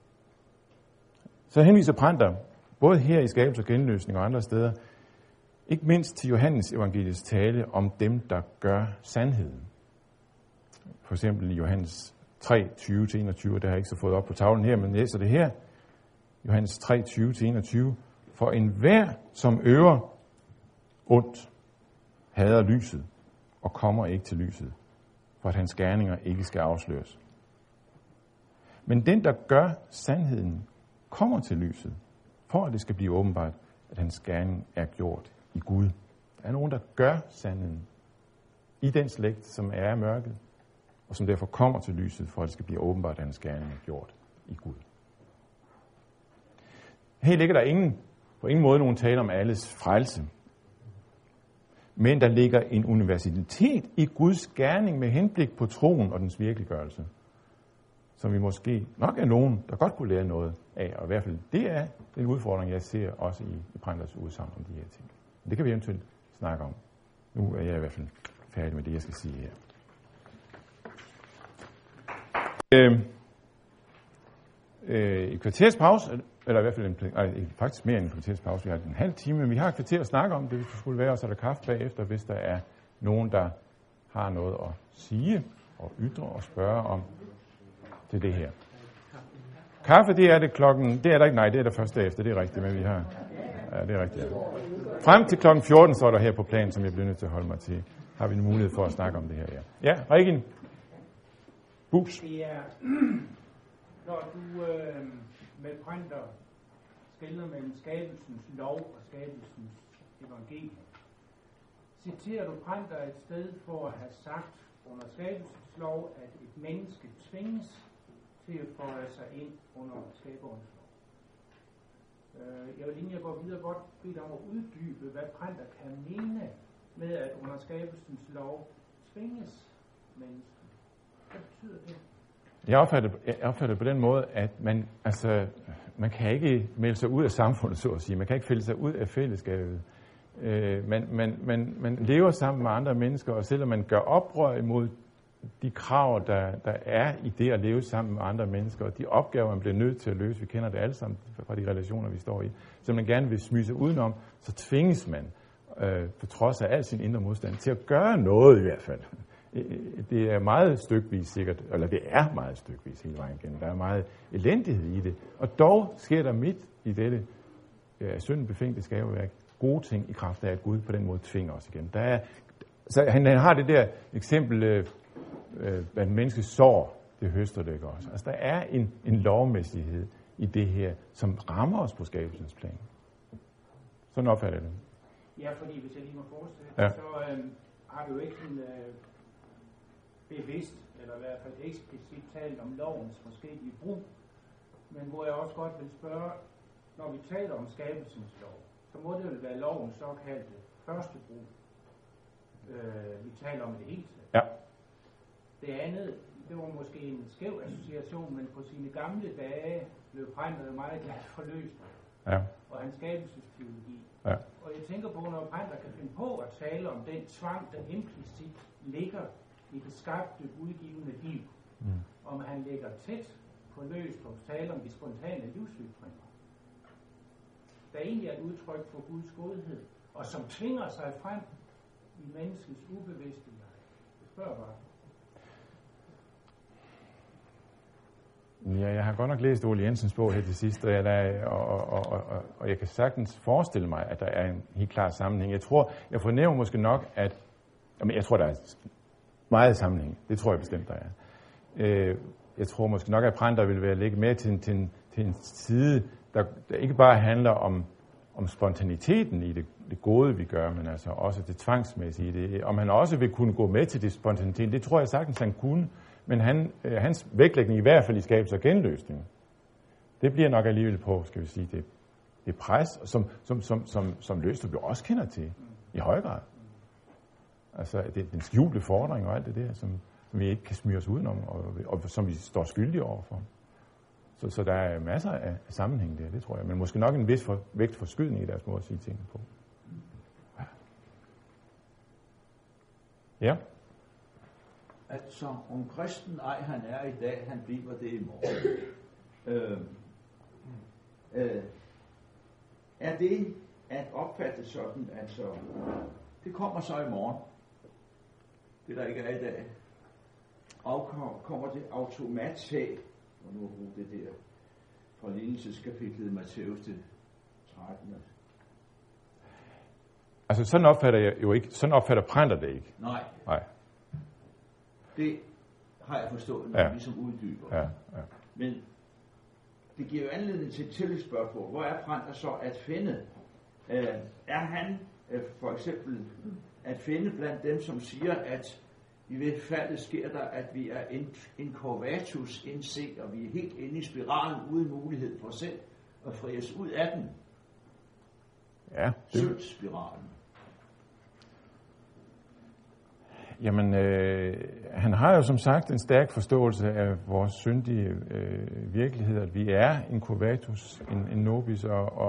så henviser Pranter, både her i Skabelse og Genløsning og andre steder, ikke mindst til Johannes evangeliets tale om dem, der gør sandheden. For eksempel i Johannes 3, 20-21, det har jeg ikke så fået op på tavlen her, men læser det her. Johannes 3, 20-21. For enhver, som øver ondt, hader lyset og kommer ikke til lyset, for at hans gerninger ikke skal afsløres. Men den, der gør sandheden, kommer til lyset, for at det skal blive åbenbart, at hans gerning er gjort i Gud. Der er nogen, der gør sandheden i den slægt, som er mørket, og som derfor kommer til lyset, for at det skal blive åbenbart, at hans gerning er gjort i Gud. Her ligger der på ingen måde nogen tale om alles frelse. Men der ligger en universalitet i Guds gerning med henblik på troen og dens virkeliggørelse, som vi måske nok er nogen, der godt kunne lære noget af. Og i hvert fald, det er den udfordring, jeg ser også i Pranters udsagn om de her ting. Det kan vi eventuelt snakke om. Nu er jeg i hvert fald færdig med det, jeg skal sige her. Et kvarters pause, eller i hvert fald faktisk mere end en kvarters pause. Vi har en halv time, men vi har et kvarter at snakke om det, hvis det skulle være, og så er der kaffe bagefter, hvis der er nogen, der har noget at sige og ytre og spørge om til det her. Kaffe, det er det klokken, det er der ikke, nej, det er der først derefter, det er rigtigt, men vi har, ja, det er rigtigt, ja. Frem til klokken 14 står der her på planen, som jeg bliver nødt til at holde mig til, har vi en mulighed for at snakke om det her, ja. Ja, Regin. Bus. Det er, når du med Pranter skelner mellem skabelsens lov og skabelsens evangelium, citerer du Pranter et sted for at have sagt under skabelsens lov, at et menneske tvinges til at føje sig ind under skaberens lov. Jeg vil, inden jeg går videre, godt bede dig om at uddybe, hvad Pranter kan mene med, at under skabelsens lov tvinges mennesker. Hvad betyder det? Jeg opfatter det på den måde, at man kan ikke melde sig ud af samfundet, så at sige. Man kan ikke fælde sig ud af fællesskabet. Man lever sammen med andre mennesker, og selvom man gør oprør imod de krav, der er i det at leve sammen med andre mennesker, og de opgaver, man bliver nødt til at løse, vi kender det alle sammen fra de relationer, vi står i, så man gerne vil smyge sig udenom, så tvinges man, på trods af al sin indre modstand, til at gøre noget i hvert fald. Det er meget stykvis sikkert, eller det er meget stykvis hele vejen igen. Der er meget elendighed i det. Og dog sker der midt i dette synden befængte skaberværk gode ting i kraft af, at Gud på den måde tvinger os igen. Så han har det der eksempel, at mennesket sår, det høster det ikke også. Altså der er en lovmæssighed i det her, som rammer os på skabelsens plan. Sådan opfatter jeg det. Ja, fordi hvis jeg lige må fortsætte, ja. Så har vi jo ikke en bevidst, eller i hvert fald eksplicit talt om lovens forskellige brug, men hvor jeg også godt vil spørge, når vi taler om skabelsens lov, så må det vel være lovens såkaldte første brug. Vi taler om det hele taget. Ja. Det andet, det var måske en skæv association, men på sine gamle dage blev Pranter meget glad for løsning. Ja. Og hans skabelsesteologi. Ja. Og jeg tænker på, når Pranter kan finde på at tale om den tvang, der implicit ligger i det skabte, udgivende liv. Om han ligger tæt på løst og tale om de spontane livsytringer. Der egentlig er et udtryk for Guds godhed, og som tvinger sig frem i menneskets ubevidste leg. Jeg spørger bare. Ja, jeg har godt nok læst Ole Jensens bog her til sidst, og jeg kan sagtens forestille mig, at der er en helt klar sammenhæng. Jeg fornemmer måske nok, at jeg tror, der er meget sammenhæng. Det tror jeg bestemt, der er. Jeg tror måske nok, at Pranter vil være lægge mere til en side, der ikke bare handler om spontaniteten i det gode, vi gør, men altså også det tvangsmæssige i det. Om han også vil kunne gå med til det spontaniteten, det tror jeg sagtens, han kunne. Men hans vægtlægning, i hvert fald i skabelse og genløsning, det bliver nok alligevel på, skal vi sige, det pres, som Løstrup jo også kender til i høj grad. Altså den skjulte fordring og alt det der, som vi ikke kan smyge os udenom, og som vi står skyldige overfor. Så der er masser af sammenhæng der, det tror jeg. Men måske nok en vis vægtforskydning i deres måde at sige tingene på. Ja. Altså, om kristen ej han er i dag, han bliver det i morgen. Er det at opfatte sådan, altså, det kommer så i morgen, det der ikke er i dag, og kommer det automattag, og nu bruger det der fra lignelseskapitlet Matthæus til 13. Altså, sådan opfatter jeg jo ikke, sådan opfatter Prenter det ikke. Nej. Det har jeg forstået, når jeg ligesom uddyber. Ja. Men det giver jo anledning til et tillægsspørgsmål. Hvor er Prenter så at finde? Er han for eksempel at finde blandt dem, som siger, at i ved faldet sker der, at vi er incurvatus indset, og vi er helt inde i spiralen uden mulighed for selv at fri os ud af den? Ja. Syndspiralen. Jamen, han har jo som sagt en stærk forståelse af vores syndige virkelighed, at vi er incurvatus, en nobis,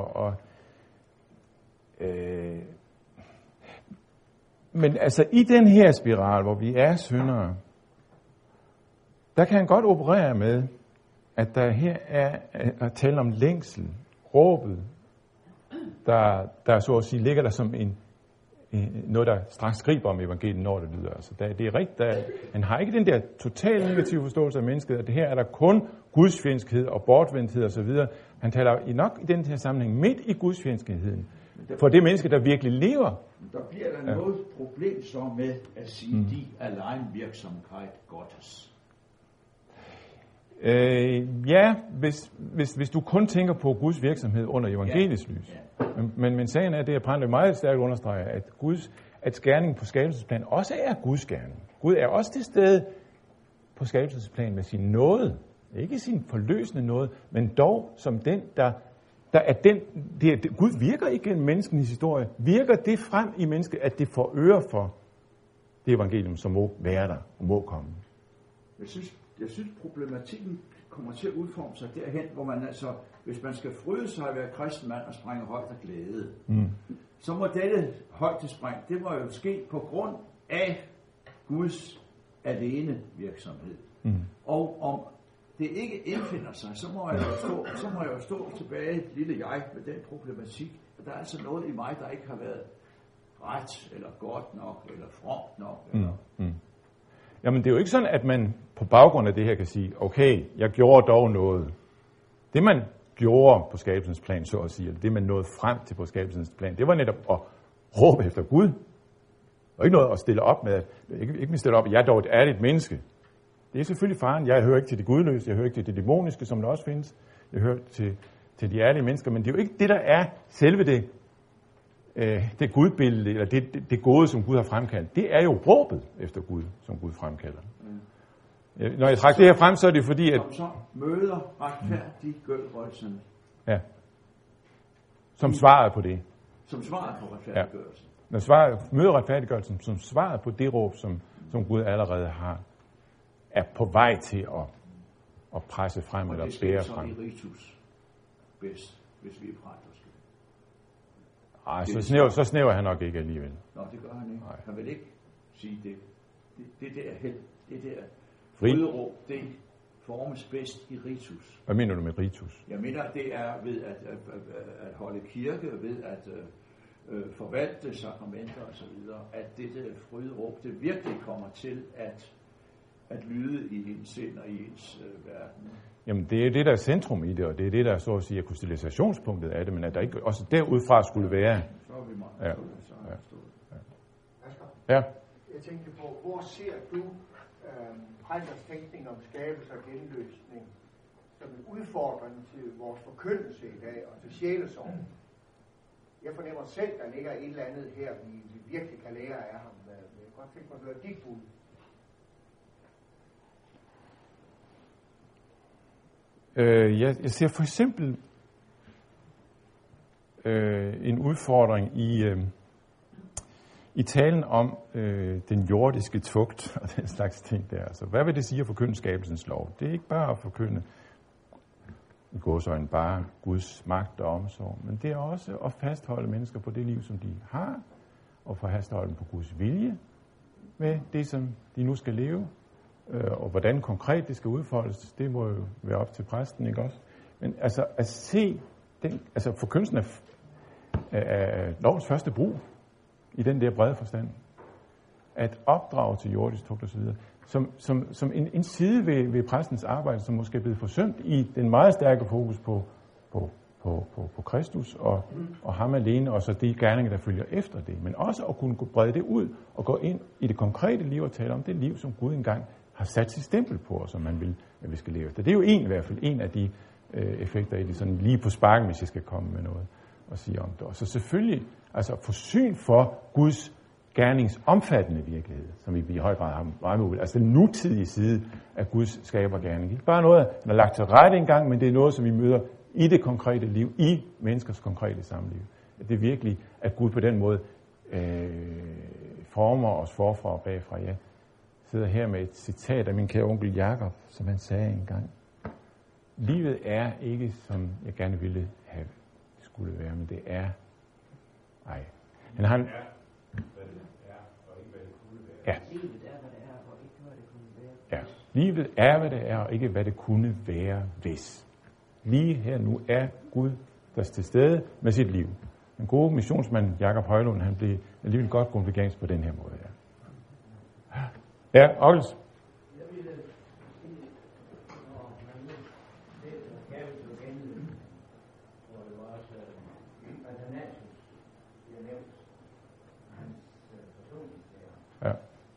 men altså i den her spiral, hvor vi er syndere, der kan han godt operere med, at der her er at tale om længsel, råbet, der så at sige ligger der som noget, der straks griber om evangeliet, når det lyder. Altså, det er rigtigt, han har ikke den der totalt negative forståelse af mennesket, at det her er der kun gudsfjendskhed og bortvendthed og så videre. Han taler nok i den her sammenhæng midt i gudsfjendskheden. For det menneske, der virkelig lever. Der bliver der noget problem så med at sige, de alleinvirksomkeit Gottes. Ja, hvis du kun tænker på Guds virksomhed under evangeliets lys. Ja. Men sagen er det, at Prenter meget stærkt understreger, at skærningen på skabelsesplan også er Guds gerning. Gud er også til stede på skabelsesplan med sin nåde. Ikke sin forløsende nåde, men dog som den, der er den. Gud virker ikke gennem menneskens historie. Virker det frem i mennesket, at det får øre for det evangelium, som må være der og må komme. Jeg synes problematikken kommer til at udforme sig derhen, hvor man altså, hvis man skal fryde sig at være kristen mand og springe højt af glæde, så må dette højdespring, det må jo ske på grund af Guds alene virksomhed. Og om det ikke indfinder sig, så må jeg jo stå tilbage, lille jeg, med den problematik, at der er altså noget i mig, der ikke har været ret, eller godt nok, eller fromt nok. Jamen, det er jo ikke sådan, at man på baggrund af det her kan sige, okay, jeg gjorde dog noget. Det, man gjorde på skabelsens plan, så at sige, det man nåede frem til på skabelsens plan, det var netop at råbe efter Gud. Og ikke noget at stille op med, ikke med stille op, jeg er dog et ærligt menneske. Det er selvfølgelig faren. Jeg hører ikke til de gudløse, jeg hører ikke til det dæmoniske, som der også findes. Jeg hører til de ærlige mennesker, men det er jo ikke det, der er selve det gudbillede, eller det gode, som Gud har fremkaldt. Det er jo råbet efter Gud, som Gud fremkalder. Når jeg trækker det her frem, så er det fordi, at... Som så møder retfærdiggørelsen. Ja. Som svaret på det. Som svaret på retfærdiggørelsen. Ja. Møder retfærdiggørelsen som svaret på det råb, som Gud allerede er på vej til at presse frem, eller bære frem. Og det sker så i ritus bedst, hvis vi er præterske. Ej, så snæver han nok ikke alligevel. Nå, det gør han ikke. Nej. Han vil ikke sige det. Det der fryderåb, det formes bedst i ritus. Hvad mener du med ritus? Jeg mener, det er ved at holde kirke, ved at forvalte sakramenter og så videre, at det der fryderåb, det virkelig kommer til at lyde i ens sind og i ens verden. Jamen, det er det, der er centrum i det, og det er det, der så at sige er konstellationspunktet af det, men at der ikke også derudfra skulle være... Så er vi meget Ja. Jeg tænkte på, hvor ser du Prenters tænkning om skabelse og genløsning som en udfordring til vores forkyndelse i dag og til sjælesorg? Jeg fornemmer selv, at der ligger et eller andet her, vi virkelig kan lære af ham. Men jeg kan godt tænke mig at høre dit bud. Jeg ser for eksempel en udfordring i talen om den jordiske tugt og den slags ting der. Altså, hvad vil det sige at forkynde skabelsens lov? Det er ikke bare at forkynde i gåseøjne bare Guds magt og omsorg, men det er også at fastholde mennesker på det liv, som de har, og fastholde dem på Guds vilje med det, som de nu skal leve. Og hvordan konkret det skal udfoldes, det må jo være op til præsten, ikke også? Men altså at se den, altså forkyndelsen af lovens første brug, i den der brede forstand, at opdrage til jordisk tugt og så videre, som en side ved præstens arbejde, som måske er blevet forsømt i den meget stærke fokus på Kristus og ham alene, og så de gerninger, der følger efter det. Men også at kunne brede det ud og gå ind i det konkrete liv og tale om det liv, som Gud engang har sat sit stempel på, og som man vil, at vi skal leve efter. Det er jo i hvert fald en af de effekter i det, sådan lige på sparken, hvis jeg skal komme med noget og sige om det. Og så selvfølgelig altså få syn for Guds gerningsomfattende virkelighed, som vi i høj grad har meget muligt. Altså den nutidige side af Guds skabergerning. Ikke bare noget, han har lagt til rette engang, men det er noget, som vi møder i det konkrete liv, i menneskers konkrete samliv. Det er virkelig, at Gud på den måde former os forfra og bagfra. Jeg sidder her med et citat af min kære onkel Jakob, som han sagde engang. Livet er ikke, som jeg gerne ville have det skulle være, men det er... Ej. Men han... Ja. Ja. Livet er, hvad det er, og ikke hvad det kunne være, hvis. Lige her nu er Gud, der er til stede med sit liv. Den gode missionsmand, Jakob Højlund, han blev alligevel godt konvergens på den her måde. Ja, ja, August. Ja.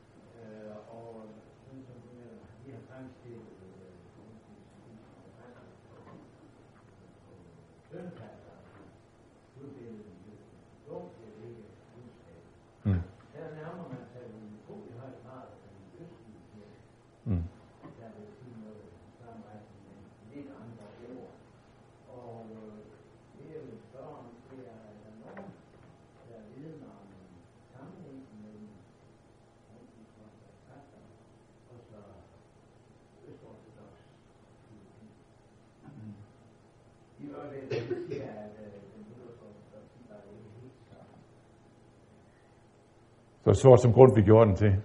Så sort som grund, vi gjorde den til.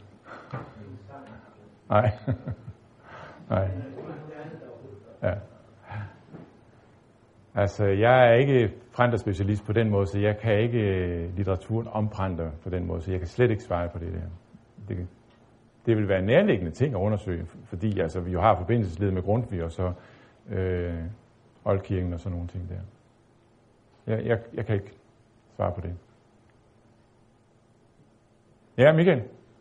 Nej. Nej. Ja. Altså, jeg er ikke Prenter-specialist på den måde, så jeg kan ikke litteraturen om Prenter på den måde, så jeg kan slet ikke svare på det der. Det vil være en nærliggende ting at undersøge, fordi altså, vi jo har forbindelsesled med Grundtvig og så Oldkirken og sådan nogle ting der. Jeg kan ikke svare på det. Ja, Michael?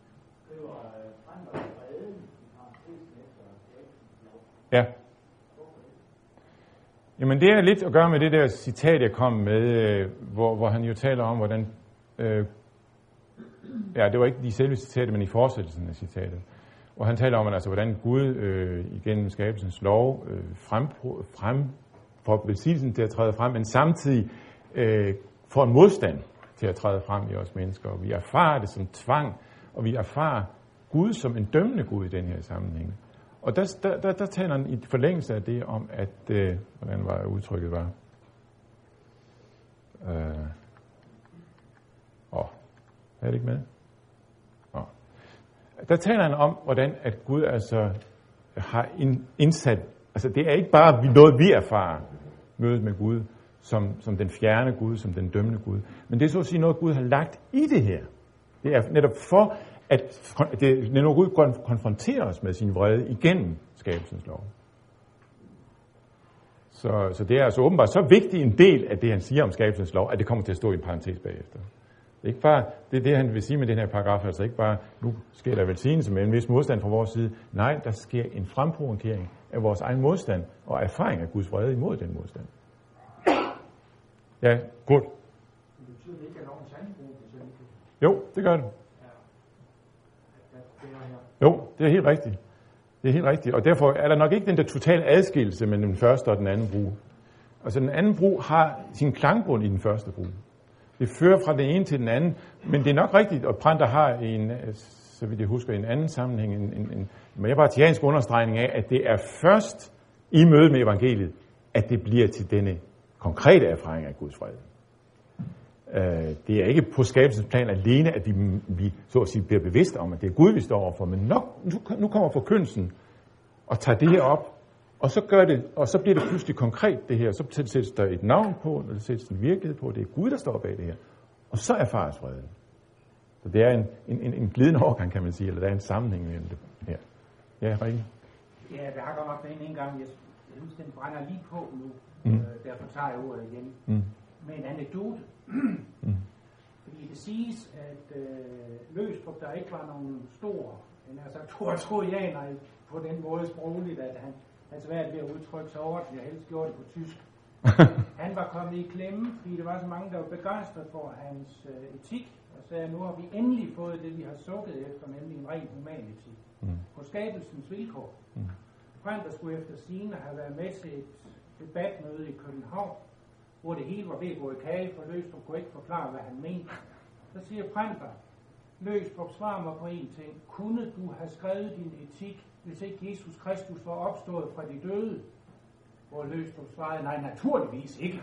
Ja. Jamen det er lidt at gøre med det der citat, jeg kom med, hvor han jo taler om, hvordan... ja, det var ikke de selve citater, men i fortsættelsen af citatet. Og han taler om, altså, hvordan Gud igennem skabelsens lov får besiddelsen til at træde frem, men samtidig får en modstand til at træde frem i os mennesker. Og vi erfarer det som tvang, og vi erfarer Gud som en dømmende Gud i den her sammenhæng. Og der taler han i forlængelse af det om, at... hvordan var udtrykket var? Er det ikke med? Der taler han om, hvordan at Gud altså har indsat... Altså det er ikke bare noget, vi erfarer mødet med Gud, som den fjerne Gud, som den dømmende Gud. Men det er så at sige noget, Gud har lagt i det her. Det er netop for, at når Gud konfronterer os med sin vrede igennem skabelsens lov. Så det er altså åbenbart så vigtig en del af det, han siger om skabelsens lov, at det kommer til at stå i en parentes bagefter. Det er ikke bare, det er det, han vil sige med den her paragraf, altså ikke bare, nu sker der velsignelse med en vis modstand fra vores side. Nej, der sker en fremprovokering af vores egen modstand og erfaring af Guds vrede imod den modstand. Ja, godt. Det betyder ikke, at lovens anden brug for eksempel? Jo, det gør det. Jo, det er helt rigtigt. Det er helt rigtigt. Og derfor er der nok ikke den der totale adskillelse mellem den første og den anden brug. Altså den anden brug har sin klangbund i den første brug. Det fører fra den ene til den anden, men det er nok rigtigt, og Prenter har en, så vidt jeg husker, en anden sammenhæng, en mere partiansk understregning af, at det er først i mødet med evangeliet, at det bliver til denne konkrete erfaring af Guds fred. Det er ikke på skabelsesplan alene, at vi så at sige bliver bevidste om, at det er Gud, vi står overfor, men nu kommer forkyndelsen og tager det her op, og så gør det, og så bliver det pludselig konkret det her, så sættes der et navn på, og der sættes en virkelighed på, det er Gud, der står bag det her, og så erfares freden. Så det er en glidende overgang, kan man sige, eller der er en sammenhæng mellem det her. Ja, Rikke? Ja, der har godt nok været en gang, jeg synes, den brænder lige på nu, derfor tager jeg ordet igen, med en anekdote. Fordi det siges, at Løgstrup, der ikke var nogen stor, trojaner på den måde sprogligt, at han havde svært ved at udtrykke sig ordentligt, og helst gjorde det på tysk. Han var kommet i klemme, fordi der var så mange, der var begejstret for hans etik, og sagde, at nu har vi endelig fået det, vi har sukket efter, nemlig en ren human etik. På skabelsens vilkår. Brandter skulle efter sigende have været med til et debatmøde i København, hvor det hele var ved at gå i kage, for Løgstrup kunne ikke forklare, hvad han mente. Så siger Brandter, Løgstrup, svar mig på en ting. Kunne du have skrevet din etik, hvis ikke Jesus Kristus var opstået fra de døde? Hvor Løgstrup svarede, nej, naturligvis ikke.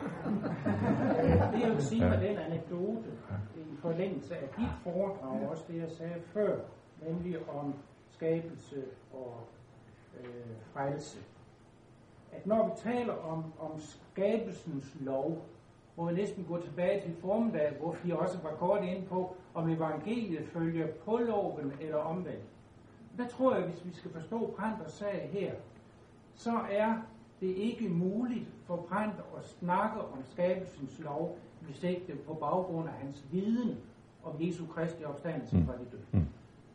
Det jeg vil sige med den anekdote, i forlængelse af dit foredrag, også det jeg sagde før, nemlig om skabelse og frelse. At når vi taler om skabelsens lov, må vi næsten gå tilbage til formiddag, hvor vi også var kort inde på, om evangeliet følger på loven eller omvendt. Der tror jeg, hvis vi skal forstå Brandters sag her, så er det ikke muligt for Brandter at snakke om skabelsens lov, hvis ikke det på baggrund af hans viden om Jesu Kristi opstandelse fra de døde.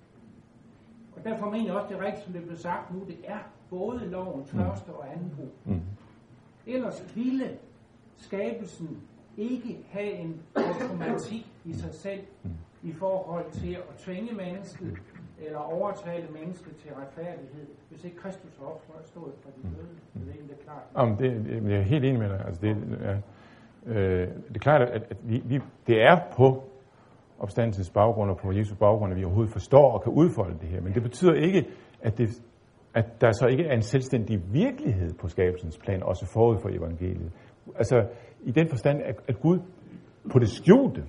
Og derfor mener jeg også, det er rigtigt, som det blev sagt nu, det er både lovens første og anden brug. Ellers ville skabelsen ikke have en automatik i sig selv i forhold til at tvinge mennesket eller overtale mennesket til retfærdighed, hvis ikke Kristus har opstået fra de døde. Det er egentlig klart. Jeg er helt enig med dig. Altså, det er klart, at det er på opstandelsens baggrund og på Jesu baggrund, at vi overhovedet forstår og kan udfolde det her. Men det betyder ikke, at der så ikke er en selvstændig virkelighed på skabelsens plan, også forud for evangeliet. Altså i den forstand, at Gud på det skjulte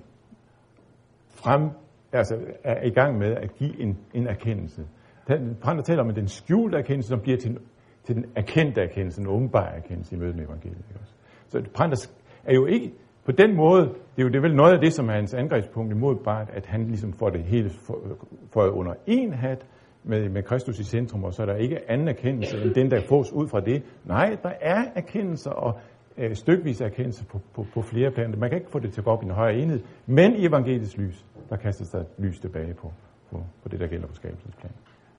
er i gang med at give en erkendelse. Brandter taler om den skjulte erkendelse, som bliver til den erkendte erkendelse, en åbenbar erkendelse i mødet med evangeliet. Så Brandter er jo ikke på den måde, det er vel noget af det, som er hans angrebspunkt imod Barth, at han ligesom får det hele fået under en hat med Kristus i centrum, og så er der ikke anden erkendelse end den, der fås ud fra det. Nej, der er erkendelser og stykvis erkendelse på flere planer. Man kan ikke få det til at gå op i en højere enhed, men i evangeliets lys, der kastes der lys tilbage på det, der gælder på skabelsens plan.